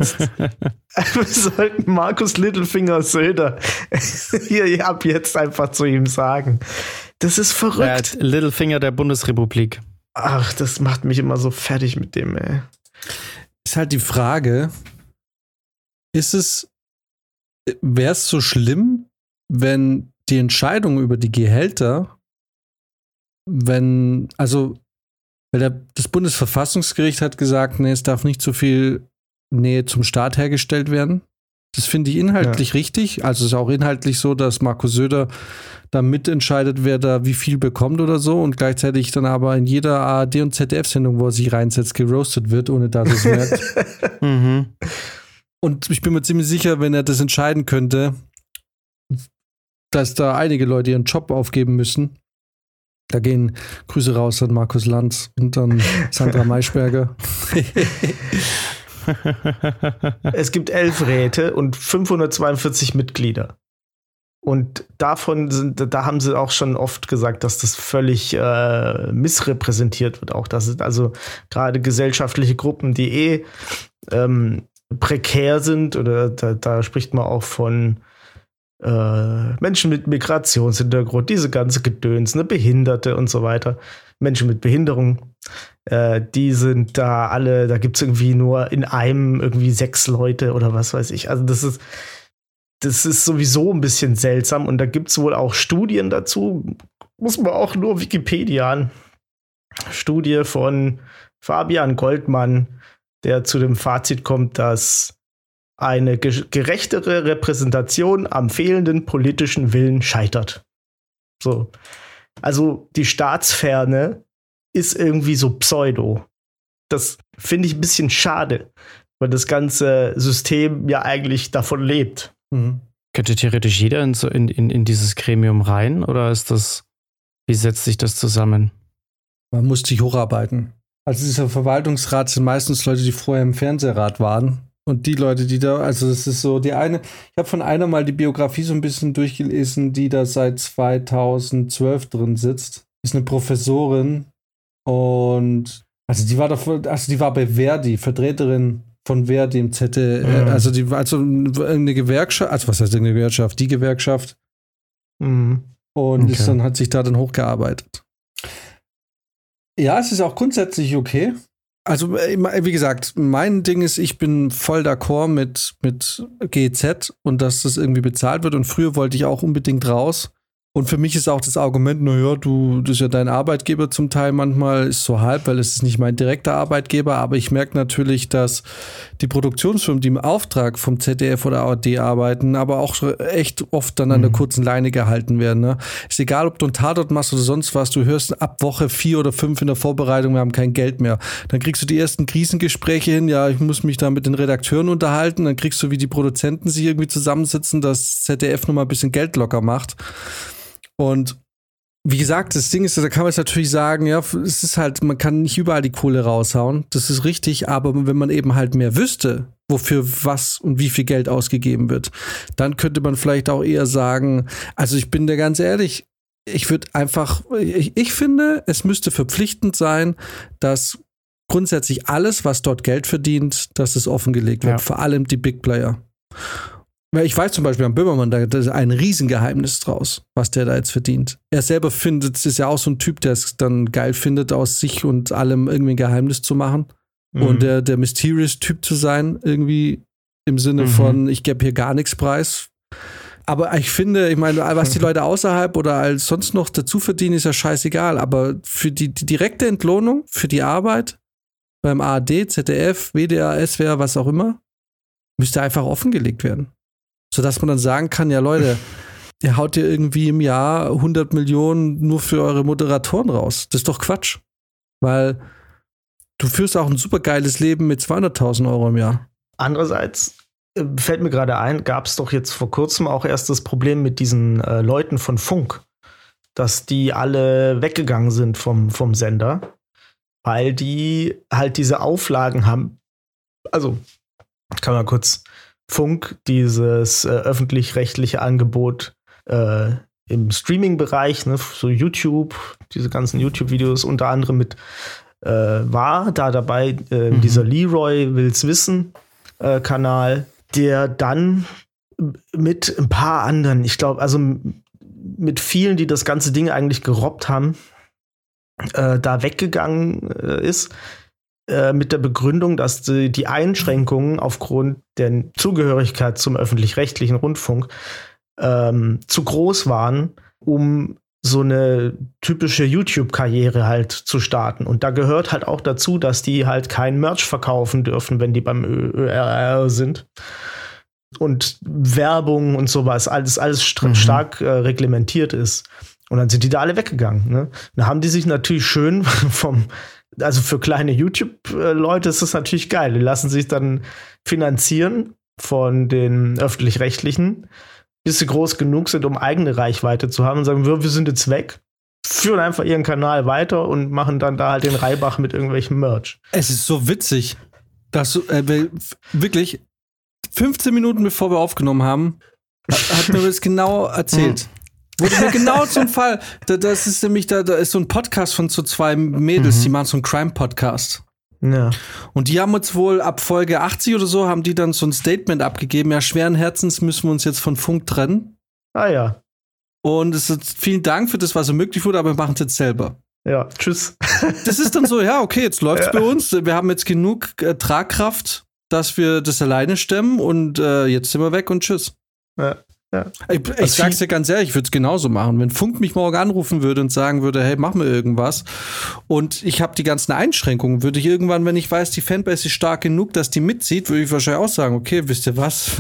Markus Littlefinger Söder hier ab jetzt einfach zu ihm sagen. Das ist verrückt. Ja, Littlefinger der Bundesrepublik. Ach, das macht mich immer so fertig mit dem, ey. Ist halt die Frage, wäre es so schlimm, wenn die Entscheidung über die Gehälter, weil das Bundesverfassungsgericht hat gesagt, nee, es darf nicht so viel Nähe zum Staat hergestellt werden. Das finde ich inhaltlich richtig. Also es ist auch inhaltlich so, dass Markus Söder da mitentscheidet, wer da wie viel bekommt oder so und gleichzeitig dann aber in jeder ARD- und ZDF-Sendung, wo er sich reinsetzt, geroastet wird, ohne dass er es merkt. Und ich bin mir ziemlich sicher, wenn er das entscheiden könnte, dass da einige Leute ihren Job aufgeben müssen. Da gehen Grüße raus an Markus Lanz und an Sandra Maischberger. Es gibt 11 Räte und 542 Mitglieder. Und da haben sie auch schon oft gesagt, dass das völlig missrepräsentiert wird. Auch dass es also gerade gesellschaftliche Gruppen, die prekär sind, oder da spricht man auch von Menschen mit Migrationshintergrund, diese ganze Gedöns, ne, Behinderte und so weiter, Menschen mit Behinderung, die sind da alle, da gibt es irgendwie nur in einem irgendwie 6 Leute oder was weiß ich. Also das ist sowieso ein bisschen seltsam und da gibt es wohl auch Studien dazu, muss man auch nur Wikipedia an. Studie von Fabian Goldmann, der zu dem Fazit kommt, dass eine gerechtere Repräsentation am fehlenden politischen Willen scheitert. So. Also die Staatsferne ist irgendwie so pseudo. Das finde ich ein bisschen schade, weil das ganze System ja eigentlich davon lebt. Mhm. Könnte theoretisch jeder in dieses Gremium rein, oder wie setzt sich das zusammen? Man muss sich hocharbeiten. Also dieser Verwaltungsrat sind meistens Leute, die vorher im Fernsehrat waren. Und die Leute, die da, also das ist so die eine, ich habe von einer mal die Biografie so ein bisschen durchgelesen, die da seit 2012 drin sitzt. Ist eine Professorin und also die war bei Verdi, Vertreterin von Verdi im ZDF, also eine Gewerkschaft, also was heißt eine Gewerkschaft? Die Gewerkschaft. Und okay. Hat sich da dann hochgearbeitet. Ja, es ist auch grundsätzlich okay. Also, wie gesagt, mein Ding ist, ich bin voll d'accord mit GEZ und dass das irgendwie bezahlt wird. Und früher wollte ich auch unbedingt raus. Und für mich ist auch das Argument, naja, das ist ja dein Arbeitgeber zum Teil manchmal, ist so halb, weil es ist nicht mein direkter Arbeitgeber. Aber ich merke natürlich, dass die Produktionsfirmen, die im Auftrag vom ZDF oder ARD arbeiten, aber auch echt oft dann an der kurzen Leine gehalten werden. Ne? Ist egal, ob du einen Tatort machst oder sonst was, du hörst ab Woche 4 oder 5 in der Vorbereitung, wir haben kein Geld mehr. Dann kriegst du die ersten Krisengespräche hin, ja, ich muss mich da mit den Redakteuren unterhalten, dann kriegst du, wie die Produzenten sich irgendwie zusammensitzen, dass ZDF nochmal ein bisschen Geld locker macht. Und wie gesagt, das Ding ist, da kann man jetzt natürlich sagen, ja, es ist halt, man kann nicht überall die Kohle raushauen, das ist richtig, aber wenn man eben halt mehr wüsste, wofür was und wie viel Geld ausgegeben wird, dann könnte man vielleicht auch eher sagen, also ich bin da ganz ehrlich, ich würde einfach, ich finde, es müsste verpflichtend sein, dass grundsätzlich alles, was dort Geld verdient, dass es offengelegt wird, vor allem die Big Player. Weil ich weiß zum Beispiel am Böhmermann, da ist ein Riesengeheimnis draus, was der da jetzt verdient. Er selber findet, ist ja auch so ein Typ, der es dann geil findet, aus sich und allem irgendwie ein Geheimnis zu machen. Und der Mysterious-Typ zu sein, irgendwie im Sinne von, ich gebe hier gar nichts preis. Aber ich finde, ich meine, was die Leute außerhalb oder als sonst noch dazu verdienen, ist ja scheißegal. Aber für die direkte Entlohnung, für die Arbeit beim ARD, ZDF, WDR, SWR, was auch immer, müsste einfach offengelegt werden. Sodass man dann sagen kann, ja Leute, ihr haut ihr irgendwie im Jahr 100 Millionen nur für eure Moderatoren raus. Das ist doch Quatsch. Weil du führst auch ein super geiles Leben mit 200.000 Euro im Jahr. Andererseits fällt mir gerade ein, gab es doch jetzt vor kurzem auch erst das Problem mit diesen Leuten von Funk, dass die alle weggegangen sind vom Sender, weil die halt diese Auflagen haben. Also, kann man kurz Funk, dieses öffentlich-rechtliche Angebot im Streaming-Bereich, ne, so YouTube, diese ganzen YouTube-Videos unter anderem mit war da dabei dieser Leroy Will's Wissen Kanal, der dann mit ein paar anderen, ich glaube, also mit vielen, die das ganze Ding eigentlich gerobbt haben, da weggegangen ist, mit der Begründung, dass die Einschränkungen aufgrund der Zugehörigkeit zum öffentlich-rechtlichen Rundfunk zu groß waren, um so eine typische YouTube-Karriere halt zu starten. Und da gehört halt auch dazu, dass die halt kein Merch verkaufen dürfen, wenn die beim ÖRR sind. Und Werbung und sowas, alles stark reglementiert ist. Und dann sind die da alle weggegangen. Ne? Da haben die sich natürlich schön also für kleine YouTube-Leute ist das natürlich geil. Die lassen sich dann finanzieren von den Öffentlich-Rechtlichen, bis sie groß genug sind, um eigene Reichweite zu haben und sagen, wir sind jetzt weg, führen einfach ihren Kanal weiter und machen dann da halt den Reibach mit irgendwelchem Merch. Es ist so witzig, dass wirklich 15 Minuten bevor wir aufgenommen haben, Hat mir das genau erzählt. Wurde mir genau so ein Fall. Das ist nämlich, da ist so ein Podcast von so zwei Mädels, die machen so einen Crime-Podcast. Ja. Und die haben uns wohl ab Folge 80 oder so, haben die dann so ein Statement abgegeben, ja, schweren Herzens müssen wir uns jetzt von Funk trennen. Ah ja. Und es ist, vielen Dank für das, was so möglich wurde, aber wir machen es jetzt selber. Ja, tschüss. Das ist dann so, ja, okay, jetzt läuft's bei uns. Wir haben jetzt genug Tragkraft, dass wir das alleine stemmen und jetzt sind wir weg und tschüss. Ja. Ich sag's dir ganz ehrlich, ich würde es genauso machen. Wenn Funk mich morgen anrufen würde und sagen würde, hey, mach mir irgendwas und ich habe die ganzen Einschränkungen, würde ich irgendwann, wenn ich weiß, die Fanbase ist stark genug, dass die mitzieht, würde ich wahrscheinlich auch sagen, okay, wisst ihr was?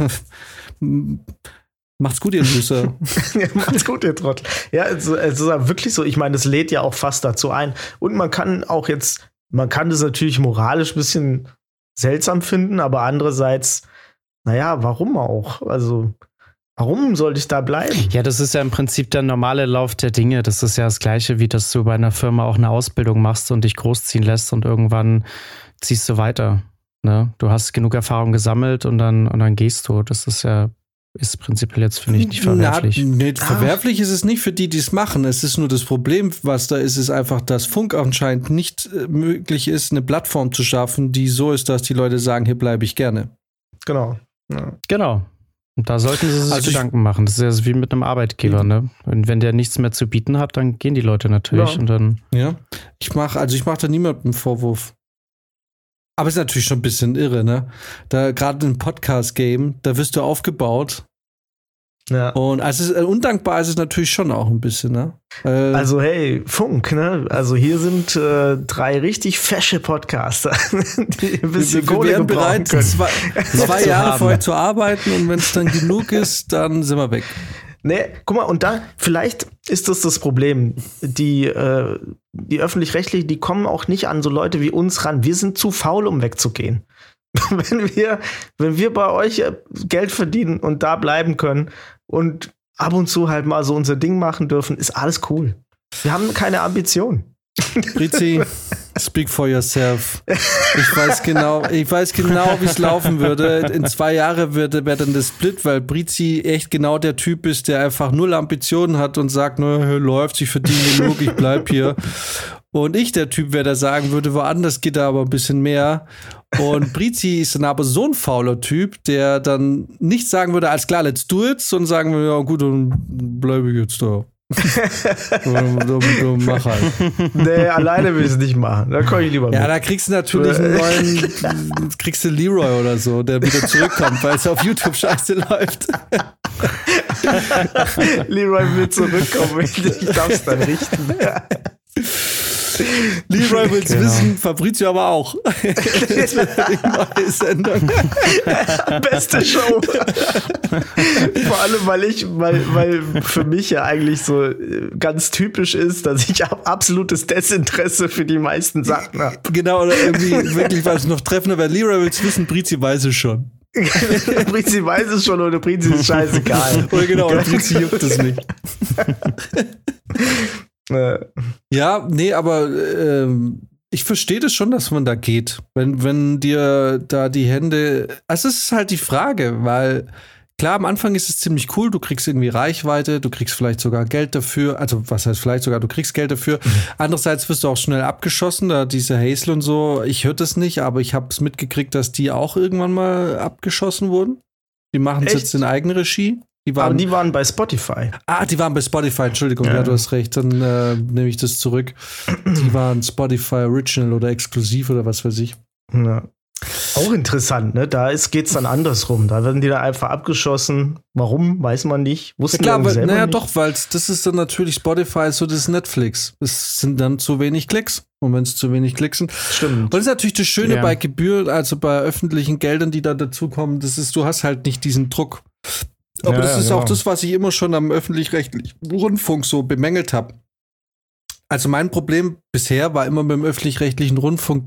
Macht's gut, ihr Loser. Ja, macht's gut, ihr Trottel. Ja, es ist wirklich so. Ich meine, das lädt ja auch fast dazu ein. Und man kann das natürlich moralisch ein bisschen seltsam finden, aber andererseits, naja, warum auch? Also, warum sollte ich da bleiben? Ja, das ist ja im Prinzip der normale Lauf der Dinge. Das ist ja das Gleiche, wie dass du bei einer Firma auch eine Ausbildung machst und dich großziehen lässt und irgendwann ziehst du weiter. Ne? Du hast genug Erfahrung gesammelt und dann gehst du. Das ist prinzipiell jetzt, finde ich, nicht verwerflich. Verwerflich ist es nicht für die es machen. Es ist nur das Problem, was da ist einfach, dass Funk anscheinend nicht möglich ist, eine Plattform zu schaffen, die so ist, dass die Leute sagen, hier bleibe ich gerne. Genau. Ja. Genau. Und da sollten sie sich Gedanken machen. Das ist ja wie mit einem Arbeitgeber, ne? Und wenn der nichts mehr zu bieten hat, dann gehen die Leute natürlich. Ja. Und dann. Ja. Ich mach da niemandem einen Vorwurf. Aber es ist natürlich schon ein bisschen irre, ne? Da gerade im Podcast-Game, da wirst du aufgebaut. Ja. Und undankbar ist es natürlich schon auch ein bisschen, ne? Also hey, Funk, ne? Also hier sind 3 richtig fesche Podcaster, die ein bisschen Kohle wären gebrauchen bereit, können. zwei Jahre vorher zu arbeiten und wenn es dann genug ist, dann sind wir weg. Nee, guck mal, und da, vielleicht ist das Problem. Die Öffentlich-Rechtlichen, die kommen auch nicht an so Leute wie uns ran. Wir sind zu faul, um wegzugehen. Wenn wir bei euch Geld verdienen und da bleiben können und ab und zu halt mal so unser Ding machen dürfen, ist alles cool. Wir haben keine Ambition. Brizi, speak for yourself. Ich weiß genau, wie es laufen würde. In 2 Jahren wäre dann das Split, weil Brizi echt genau der Typ ist, der einfach 0 Ambitionen hat und sagt, läuft, ich verdiene genug, ich bleib hier. Und ich der Typ wäre, der sagen würde, woanders geht da aber ein bisschen mehr. Und Brizi ist dann aber so ein fauler Typ, der dann nicht sagen würde, alles klar, let's do it, sondern sagen würde, ja gut, dann bleibe ich jetzt da. Mach halt. Nee, alleine will ich es nicht machen. Da komme ich lieber mit. Ja, da kriegst du natürlich kriegst du Leroy oder so, der wieder zurückkommt, weil es auf YouTube scheiße läuft. Leroy will zurückkommen, ich darf es dann richten. Leroy will's wissen, Fabrizio aber auch. Jetzt wird die neue Sendung. Beste Show. Vor allem, weil für mich ja eigentlich so ganz typisch ist, dass ich absolutes Desinteresse für die meisten Sachen habe. Genau, oder irgendwie wirklich was noch treffender, weil Leroy will's wissen, Brizi weiß es schon. Brizi weiß es schon oder Brizi ist scheißegal. Oder genau, oder Brizi juckt es nicht. Ja, nee, aber ich verstehe das schon, dass man da geht. Wenn dir da die Hände. Also es ist halt die Frage, weil klar, am Anfang ist es ziemlich cool, du kriegst irgendwie Reichweite, du kriegst vielleicht sogar Geld dafür. Also, was heißt vielleicht sogar, du kriegst Geld dafür. Andererseits wirst du auch schnell abgeschossen, da diese Hazel und so. Ich höre das nicht, aber ich habe es mitgekriegt, dass die auch irgendwann mal abgeschossen wurden. Die machen es jetzt in Eigenregie. Aber die waren bei Spotify. Die waren bei Spotify, Entschuldigung, ja du hast recht, dann nehme ich das zurück. Die waren Spotify Original oder exklusiv oder was weiß ich. Ja. Auch interessant, ne? Da geht's dann andersrum. Da werden die da einfach abgeschossen. Warum, weiß man nicht. Wussten ja, klar, selber nicht. Doch, weil das ist dann natürlich Spotify, so das Netflix. Es sind dann zu wenig Klicks. Und wenn es zu wenig Klicks sind. Stimmt. Und das ist natürlich das Schöne bei Gebühren, also bei öffentlichen Geldern, die da dazukommen, du hast halt nicht diesen Druck. Aber das ist auch das, was ich immer schon am öffentlich-rechtlichen Rundfunk so bemängelt habe. Also mein Problem bisher war immer beim öffentlich-rechtlichen Rundfunk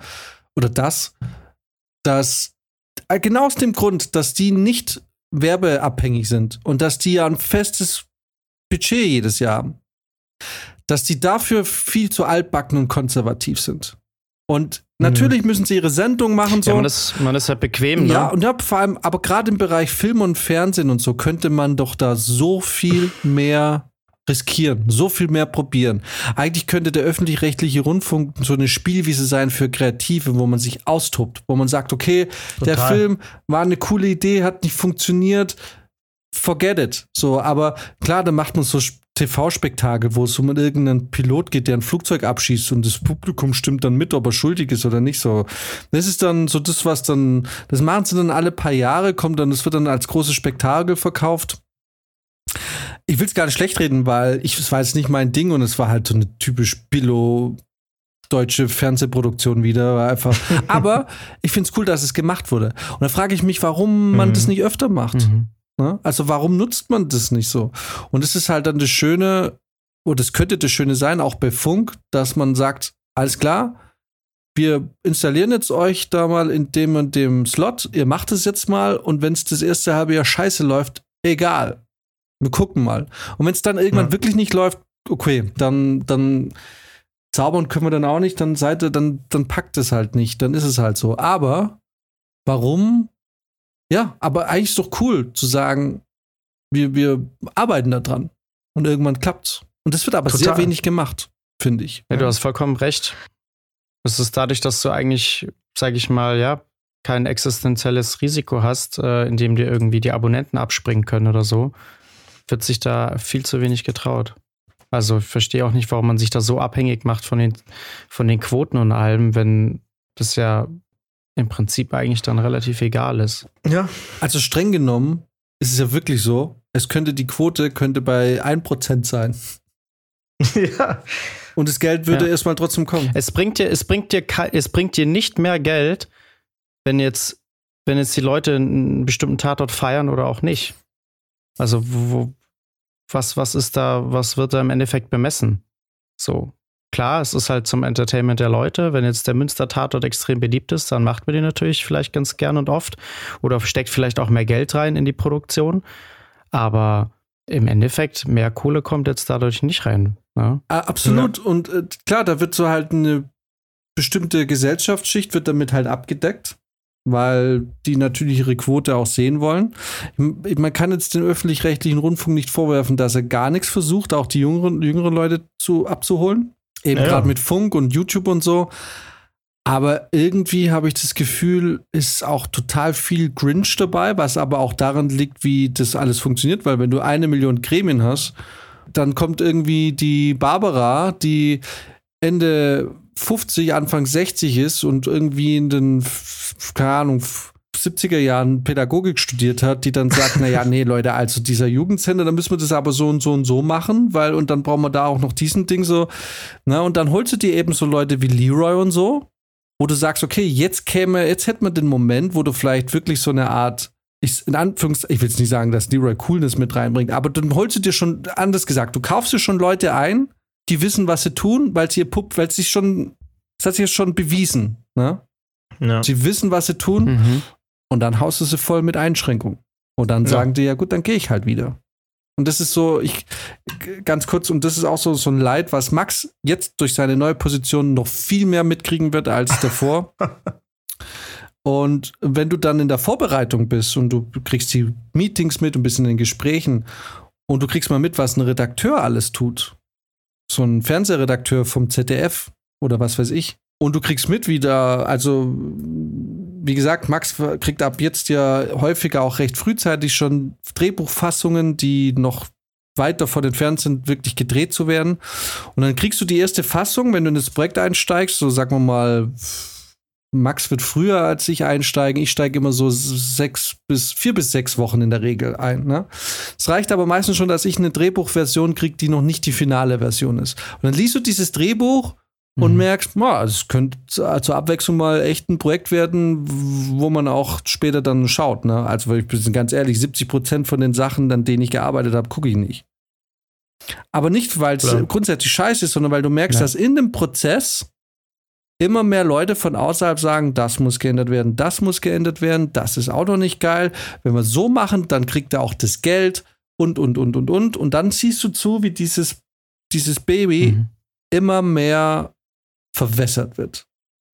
dass genau aus dem Grund, dass die nicht werbeabhängig sind und dass die ja ein festes Budget jedes Jahr haben, dass die dafür viel zu altbacken und konservativ sind. Und natürlich müssen sie ihre Sendung machen. So. Ja, man ist halt bequem, ne? Ja, und vor allem, aber gerade im Bereich Film und Fernsehen und so könnte man doch da so viel mehr riskieren, so viel mehr probieren. Eigentlich könnte der öffentlich-rechtliche Rundfunk so eine Spielwiese sein für Kreative, wo man sich austobt, wo man sagt, okay, der Film war eine coole Idee, hat nicht funktioniert, forget it. So, aber klar, dann macht man so TV-Spektakel, wo es um irgendeinen Pilot geht, der ein Flugzeug abschießt und das Publikum stimmt dann mit, ob er schuldig ist oder nicht. So, das ist dann so das, das machen sie dann alle paar Jahre, das wird dann als großes Spektakel verkauft. Ich will es gar nicht schlecht reden, weil es war jetzt nicht mein Ding und es war halt so eine typisch deutsche Fernsehproduktion wieder. War einfach. Aber ich finde es cool, dass es gemacht wurde. Und da frage ich mich, warum man das nicht öfter macht. Ne? Also warum nutzt man das nicht so? Und es ist halt dann das Schöne, oder es könnte das Schöne sein, auch bei Funk, dass man sagt, alles klar, wir installieren jetzt euch da mal in dem und dem Slot, ihr macht es jetzt mal und wenn es das erste halbe Jahr scheiße läuft, egal. Wir gucken mal. Und wenn es dann irgendwann wirklich nicht läuft, okay, dann zaubern können wir dann auch nicht, dann packt es halt nicht, dann ist es halt so. Aber warum? Ja, aber eigentlich ist doch cool zu sagen, wir arbeiten da dran und irgendwann klappt's. Und das wird aber sehr wenig gemacht, finde ich. Ja, du hast vollkommen recht. Es ist dadurch, dass du eigentlich, sag ich mal, ja, kein existenzielles Risiko hast, indem dir irgendwie die Abonnenten abspringen können oder so, wird sich da viel zu wenig getraut. Also ich verstehe auch nicht, warum man sich da so abhängig macht von den Quoten und allem, wenn das ja im Prinzip eigentlich dann relativ egal ist. Ja. Also streng genommen ist es ja wirklich so, die Quote könnte bei 1% sein. Ja. Und das Geld würde erstmal trotzdem kommen. Es bringt dir nicht mehr Geld, wenn jetzt die Leute einen bestimmten Tatort feiern oder auch nicht. Also was wird da im Endeffekt bemessen? So, klar, es ist halt zum Entertainment der Leute. Wenn jetzt der Münster-Tatort extrem beliebt ist, dann macht man den natürlich vielleicht ganz gern und oft oder steckt vielleicht auch mehr Geld rein in die Produktion. Aber im Endeffekt, mehr Kohle kommt jetzt dadurch nicht rein. Ne? Absolut. Ja. Und klar, da wird so halt eine bestimmte Gesellschaftsschicht wird damit halt abgedeckt, weil die natürlich ihre Quote auch sehen wollen. Man kann jetzt den öffentlich-rechtlichen Rundfunk nicht vorwerfen, dass er gar nichts versucht, auch die jüngeren Leute abzuholen. Eben gerade mit Funk und YouTube und so. Aber irgendwie habe ich das Gefühl, ist auch total viel Cringe dabei, was aber auch daran liegt, wie das alles funktioniert, weil wenn du 1 Million Gremien hast, dann kommt irgendwie die Barbara, die Ende 50, Anfang 60 ist und irgendwie in den, keine Ahnung, 70er Jahren Pädagogik studiert hat, die dann sagt, naja, nee, Leute, also dieser Jugendsender, dann müssen wir das aber so und so und so machen, und dann brauchen wir da auch noch diesen Ding so, na, und dann holst du dir eben so Leute wie Leroy und so, wo du sagst, okay, jetzt hätten wir den Moment, wo du vielleicht wirklich so eine Art, ich will jetzt nicht sagen, dass Leroy Coolness mit reinbringt, aber dann holst du dir schon, anders gesagt, du kaufst dir schon Leute ein, die wissen, was sie tun, das hat sich schon bewiesen, ne? Ja. Sie wissen, was sie tun, und dann haust du sie voll mit Einschränkungen. Und dann sagen die, ja gut, dann gehe ich halt wieder. Und das ist so, ganz kurz, und das ist auch so ein Leid, was Max jetzt durch seine neue Position noch viel mehr mitkriegen wird als davor. Und wenn du dann in der Vorbereitung bist und du kriegst die Meetings mit und bist in den Gesprächen und du kriegst mal mit, was ein Redakteur alles tut, so ein Fernsehredakteur vom ZDF oder was weiß ich, und du kriegst mit wieder, also wie gesagt, Max kriegt ab jetzt ja häufiger auch recht frühzeitig schon Drehbuchfassungen, die noch weiter von entfernt sind, wirklich gedreht zu werden. Und dann kriegst du die erste Fassung, wenn du in das Projekt einsteigst, so sagen wir mal, Max wird früher als ich einsteigen. Ich steige immer so 4 bis 6 Wochen in der Regel ein. Ne? Es reicht aber meistens schon, dass ich eine Drehbuchversion kriege, die noch nicht die finale Version ist. Und dann liest du dieses Drehbuch und merkst, es könnte zur Abwechslung mal echt ein Projekt werden, wo man auch später dann schaut. Ne? Also, ich bin ganz ehrlich, 70% von den Sachen, an denen ich gearbeitet habe, gucke ich nicht. Aber nicht, weil es grundsätzlich scheiße ist, sondern weil du merkst, dass in dem Prozess immer mehr Leute von außerhalb sagen, das muss geändert werden, das ist auch noch nicht geil. Wenn wir so machen, dann kriegt er auch das Geld und. Und dann siehst du zu, wie dieses Baby immer mehr verwässert wird.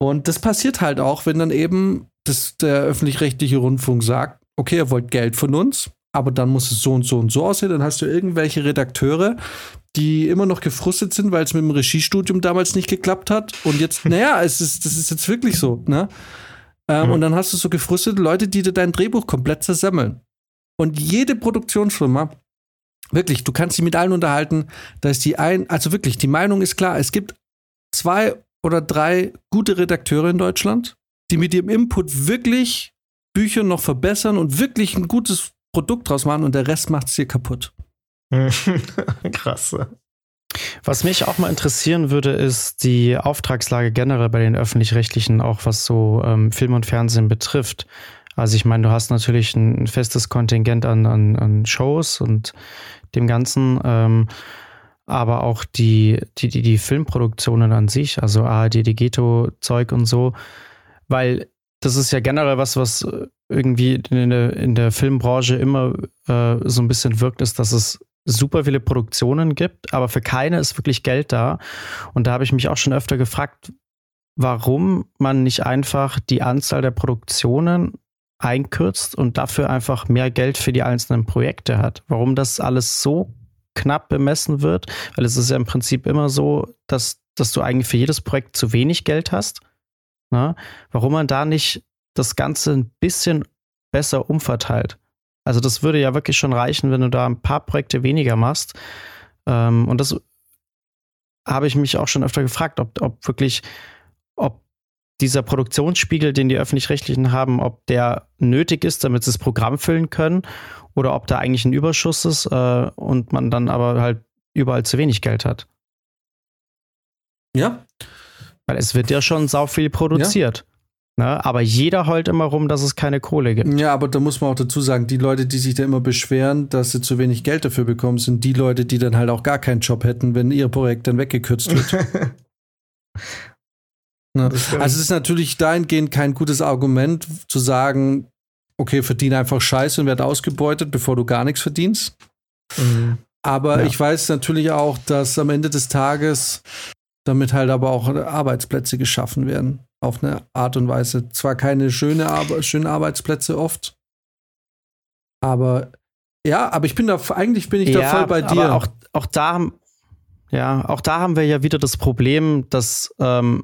Und das passiert halt auch, wenn dann eben der öffentlich-rechtliche Rundfunk sagt, okay, ihr wollt Geld von uns, aber dann muss es so und so und so aussehen. Dann hast du irgendwelche Redakteure, die immer noch gefrustet sind, weil es mit dem Regiestudium damals nicht geklappt hat. Und jetzt, das ist jetzt wirklich so, ne? Und dann hast du so gefrustete Leute, die dir dein Drehbuch komplett zersemmeln. Und jede Produktionsfirma, wirklich, du kannst dich mit allen unterhalten, da ist also wirklich, die Meinung ist klar, es gibt 2 oder 3 gute Redakteure in Deutschland, die mit ihrem Input wirklich Bücher noch verbessern und wirklich ein gutes Produkt draus machen und der Rest macht es dir kaputt. Krass. Was mich auch mal interessieren würde, ist die Auftragslage generell bei den Öffentlich-Rechtlichen, auch was so Film und Fernsehen betrifft. Also ich meine, du hast natürlich ein festes Kontingent an Shows und dem Ganzen, aber auch die Filmproduktionen an sich, also ARD, Digeto-Zeug und so, weil das ist ja generell was irgendwie in der Filmbranche immer so ein bisschen wirkt, ist, dass es super viele Produktionen gibt, aber für keine ist wirklich Geld da. Und da habe ich mich auch schon öfter gefragt, warum man nicht einfach die Anzahl der Produktionen einkürzt und dafür einfach mehr Geld für die einzelnen Projekte hat. Warum das alles so knapp bemessen wird, weil es ist ja im Prinzip immer so, dass du eigentlich für jedes Projekt zu wenig Geld hast. Na? Warum man da nicht das Ganze ein bisschen besser umverteilt. Also das würde ja wirklich schon reichen, wenn du da ein paar Projekte weniger machst. Und das habe ich mich auch schon öfter gefragt, ob dieser Produktionsspiegel, den die Öffentlich-Rechtlichen haben, ob der nötig ist, damit sie das Programm füllen können, oder ob da eigentlich ein Überschuss ist und man dann aber halt überall zu wenig Geld hat. Ja. Weil es wird ja schon sau viel produziert. Ja. Ne? Aber jeder heult immer rum, dass es keine Kohle gibt. Ja, aber da muss man auch dazu sagen, die Leute, die sich da immer beschweren, dass sie zu wenig Geld dafür bekommen, sind die Leute, die dann halt auch gar keinen Job hätten, wenn ihr Projekt dann weggekürzt wird. Ne? Also es ist natürlich dahingehend kein gutes Argument, zu sagen, okay, verdiene einfach Scheiße und werde ausgebeutet, bevor du gar nichts verdienst. Mhm. Aber ich weiß natürlich auch, dass am Ende des Tages damit halt aber auch Arbeitsplätze geschaffen werden. Auf eine Art und Weise. Zwar keine schönen Arbeitsplätze oft, aber ich bin da, eigentlich bin ich da voll bei dir. Aber auch da haben wir ja wieder das Problem, dass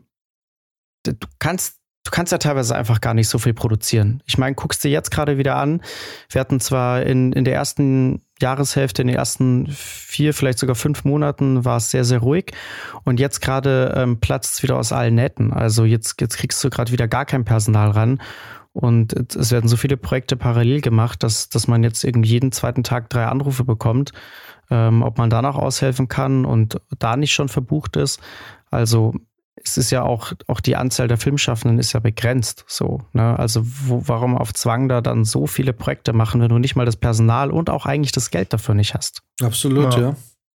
du kannst ja teilweise einfach gar nicht so viel produzieren. Ich meine, guckst du jetzt gerade wieder an, wir hatten zwar in der ersten Jahreshälfte, in den ersten 4, vielleicht sogar 5 Monaten war es sehr, sehr ruhig und jetzt gerade platzt es wieder aus allen Nähten. Also jetzt kriegst du gerade wieder gar kein Personal ran und es werden so viele Projekte parallel gemacht, dass man jetzt irgendwie jeden zweiten Tag 3 Anrufe bekommt, ob man da noch aushelfen kann und da nicht schon verbucht ist. Also es ist ja auch die Anzahl der Filmschaffenden ist ja begrenzt, so, ne? Also warum auf Zwang da dann so viele Projekte machen, wenn du nicht mal das Personal und auch eigentlich das Geld dafür nicht hast? Absolut, ja.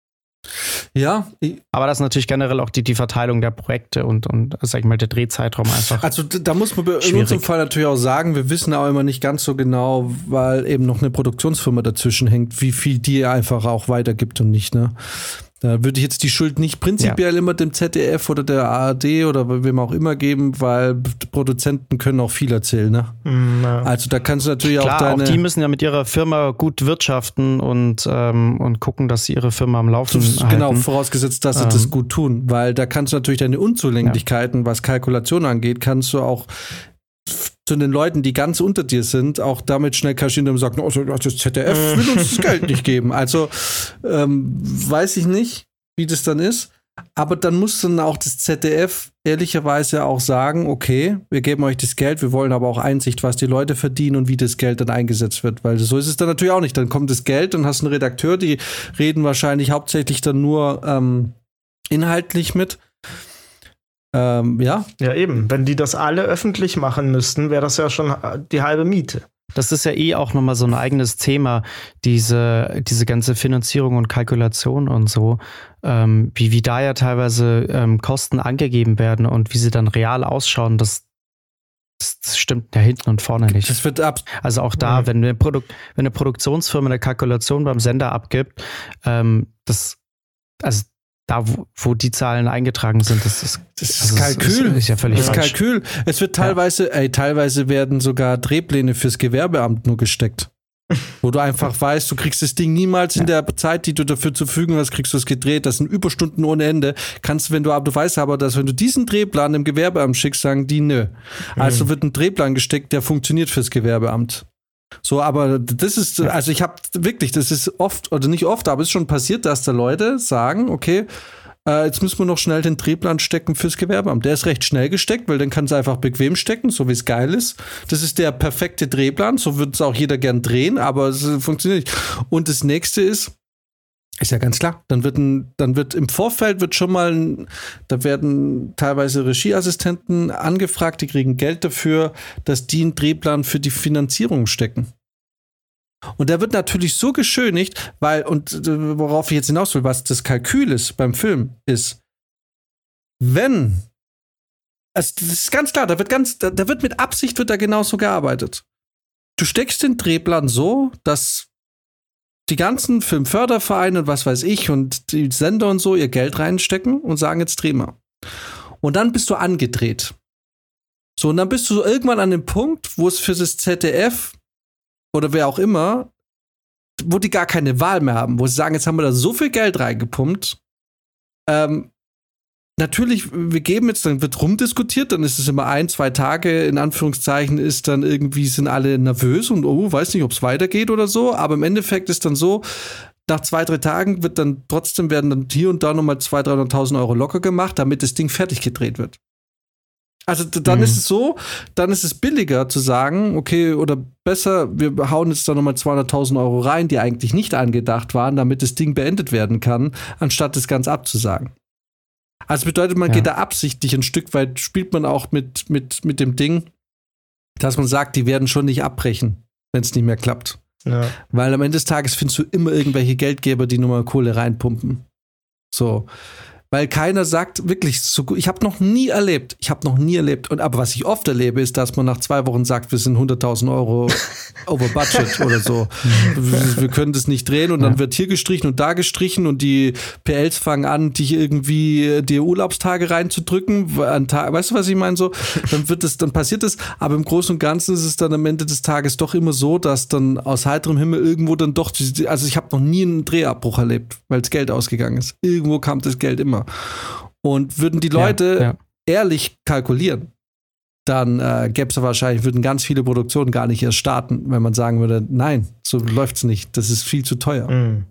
Ja. Aber das ist natürlich generell auch die Verteilung der Projekte und sag ich mal, der Drehzeitraum einfach. Also da muss man in unserem Fall natürlich auch sagen, wir wissen auch immer nicht ganz so genau, weil eben noch eine Produktionsfirma dazwischen hängt, wie viel die einfach auch weitergibt und nicht, ne? Da würde ich jetzt die Schuld nicht prinzipiell immer dem ZDF oder der ARD oder wem auch immer geben, weil Produzenten können auch viel erzählen, ne? Ja. Also da kannst du natürlich auch die müssen ja mit ihrer Firma gut wirtschaften und gucken, dass sie ihre Firma am Laufen halten. Genau, vorausgesetzt, dass sie das gut tun, weil da kannst du natürlich deine Unzulänglichkeiten, was Kalkulation angeht, kannst du auch zu den Leuten, die ganz unter dir sind, auch damit schnell kaschieren und sagen, oh, das ZDF will uns das Geld nicht geben. Also weiß ich nicht, wie das dann ist. Aber dann muss dann auch das ZDF ehrlicherweise auch sagen, okay, wir geben euch das Geld, wir wollen aber auch Einsicht, was die Leute verdienen und wie das Geld dann eingesetzt wird. Weil so ist es dann natürlich auch nicht. Dann kommt das Geld und hast einen Redakteur, die reden wahrscheinlich hauptsächlich dann nur inhaltlich mit. Ja, eben. Wenn die das alle öffentlich machen müssten, wäre das ja schon die halbe Miete. Das ist ja auch nochmal so ein eigenes Thema, diese ganze Finanzierung und Kalkulation und so, wie da ja teilweise Kosten angegeben werden und wie sie dann real ausschauen, das stimmt ja hinten und vorne nicht. Das wird also auch da, wenn eine Produktionsfirma eine Kalkulation beim Sender abgibt, da, wo die Zahlen eingetragen sind, das ist Kalkül. Das ist ja völlig das ist falsch. Kalkül. Es wird teilweise werden sogar Drehpläne fürs Gewerbeamt nur gesteckt. Wo du einfach weißt, du kriegst das Ding niemals in der Zeit, die du dafür zur Verfügung hast, kriegst du es gedreht. Das sind Überstunden ohne Ende. Kannst du, du weißt aber, dass wenn du diesen Drehplan dem Gewerbeamt schickst, sagen die nö. Also wird ein Drehplan gesteckt, der funktioniert fürs Gewerbeamt. So, aber das ist, also ich habe wirklich, das ist oft, oder nicht oft, aber es ist schon passiert, dass da Leute sagen, okay, jetzt müssen wir noch schnell den Drehplan stecken fürs Gewerbeamt. Der ist recht schnell gesteckt, weil dann kann es einfach bequem stecken, so wie es geil ist. Das ist der perfekte Drehplan, so würde es auch jeder gern drehen, aber es funktioniert nicht. Und das nächste ist ja ganz klar, dann wird im Vorfeld schon mal, da werden teilweise Regieassistenten angefragt, die kriegen Geld dafür, dass die einen Drehplan für die Finanzierung stecken. Und der wird natürlich so geschönigt, worauf ich jetzt hinaus will, was das Kalkül ist beim Film, ist, das ist ganz klar, da wird mit Absicht wird da genauso gearbeitet. Du steckst den Drehplan so, dass die ganzen Filmfördervereine und was weiß ich und die Sender und so ihr Geld reinstecken und sagen, jetzt dreh mal. Und dann bist du angedreht. So, und dann bist du irgendwann an dem Punkt, wo es für das ZDF oder wer auch immer, wo die gar keine Wahl mehr haben, wo sie sagen, jetzt haben wir da so viel Geld reingepumpt. Natürlich, wir geben jetzt, dann wird rumdiskutiert, dann ist es immer 1-2 Tage, in Anführungszeichen, ist dann irgendwie, sind alle nervös und weiß nicht, ob es weitergeht oder so, aber im Endeffekt ist dann so, nach 2-3 Tagen werden dann hier und da nochmal 200.000, 300.000 Euro locker gemacht, damit das Ding fertig gedreht wird. Also dann ist es so, dann ist es billiger zu sagen, okay, oder besser, wir hauen jetzt da nochmal 200.000 Euro rein, die eigentlich nicht angedacht waren, damit das Ding beendet werden kann, anstatt das ganz abzusagen. Also bedeutet, man geht da absichtlich ein Stück weit, spielt man auch mit dem Ding, dass man sagt, die werden schon nicht abbrechen, wenn es nicht mehr klappt. Ja. Weil am Ende des Tages findest du immer irgendwelche Geldgeber, die nochmal Kohle reinpumpen. So. Weil keiner sagt wirklich, ich habe noch nie erlebt, aber was ich oft erlebe, ist, dass man nach 2 Wochen sagt, wir sind 100.000 Euro over budget oder so. Wir können das nicht drehen und dann wird hier gestrichen und da gestrichen und die PLs fangen an, dich irgendwie dir Urlaubstage reinzudrücken, weißt du, was ich meine? So, dann passiert das, aber im Großen und Ganzen ist es dann am Ende des Tages doch immer so, dass dann aus heiterem Himmel irgendwo dann doch, also ich habe noch nie einen Drehabbruch erlebt, weil das Geld ausgegangen ist. Irgendwo kam das Geld immer. Und würden die Leute ehrlich kalkulieren, dann würden ganz viele Produktionen gar nicht erst starten, wenn man sagen würde, nein, so läuft's nicht, das ist viel zu teuer. Mhm.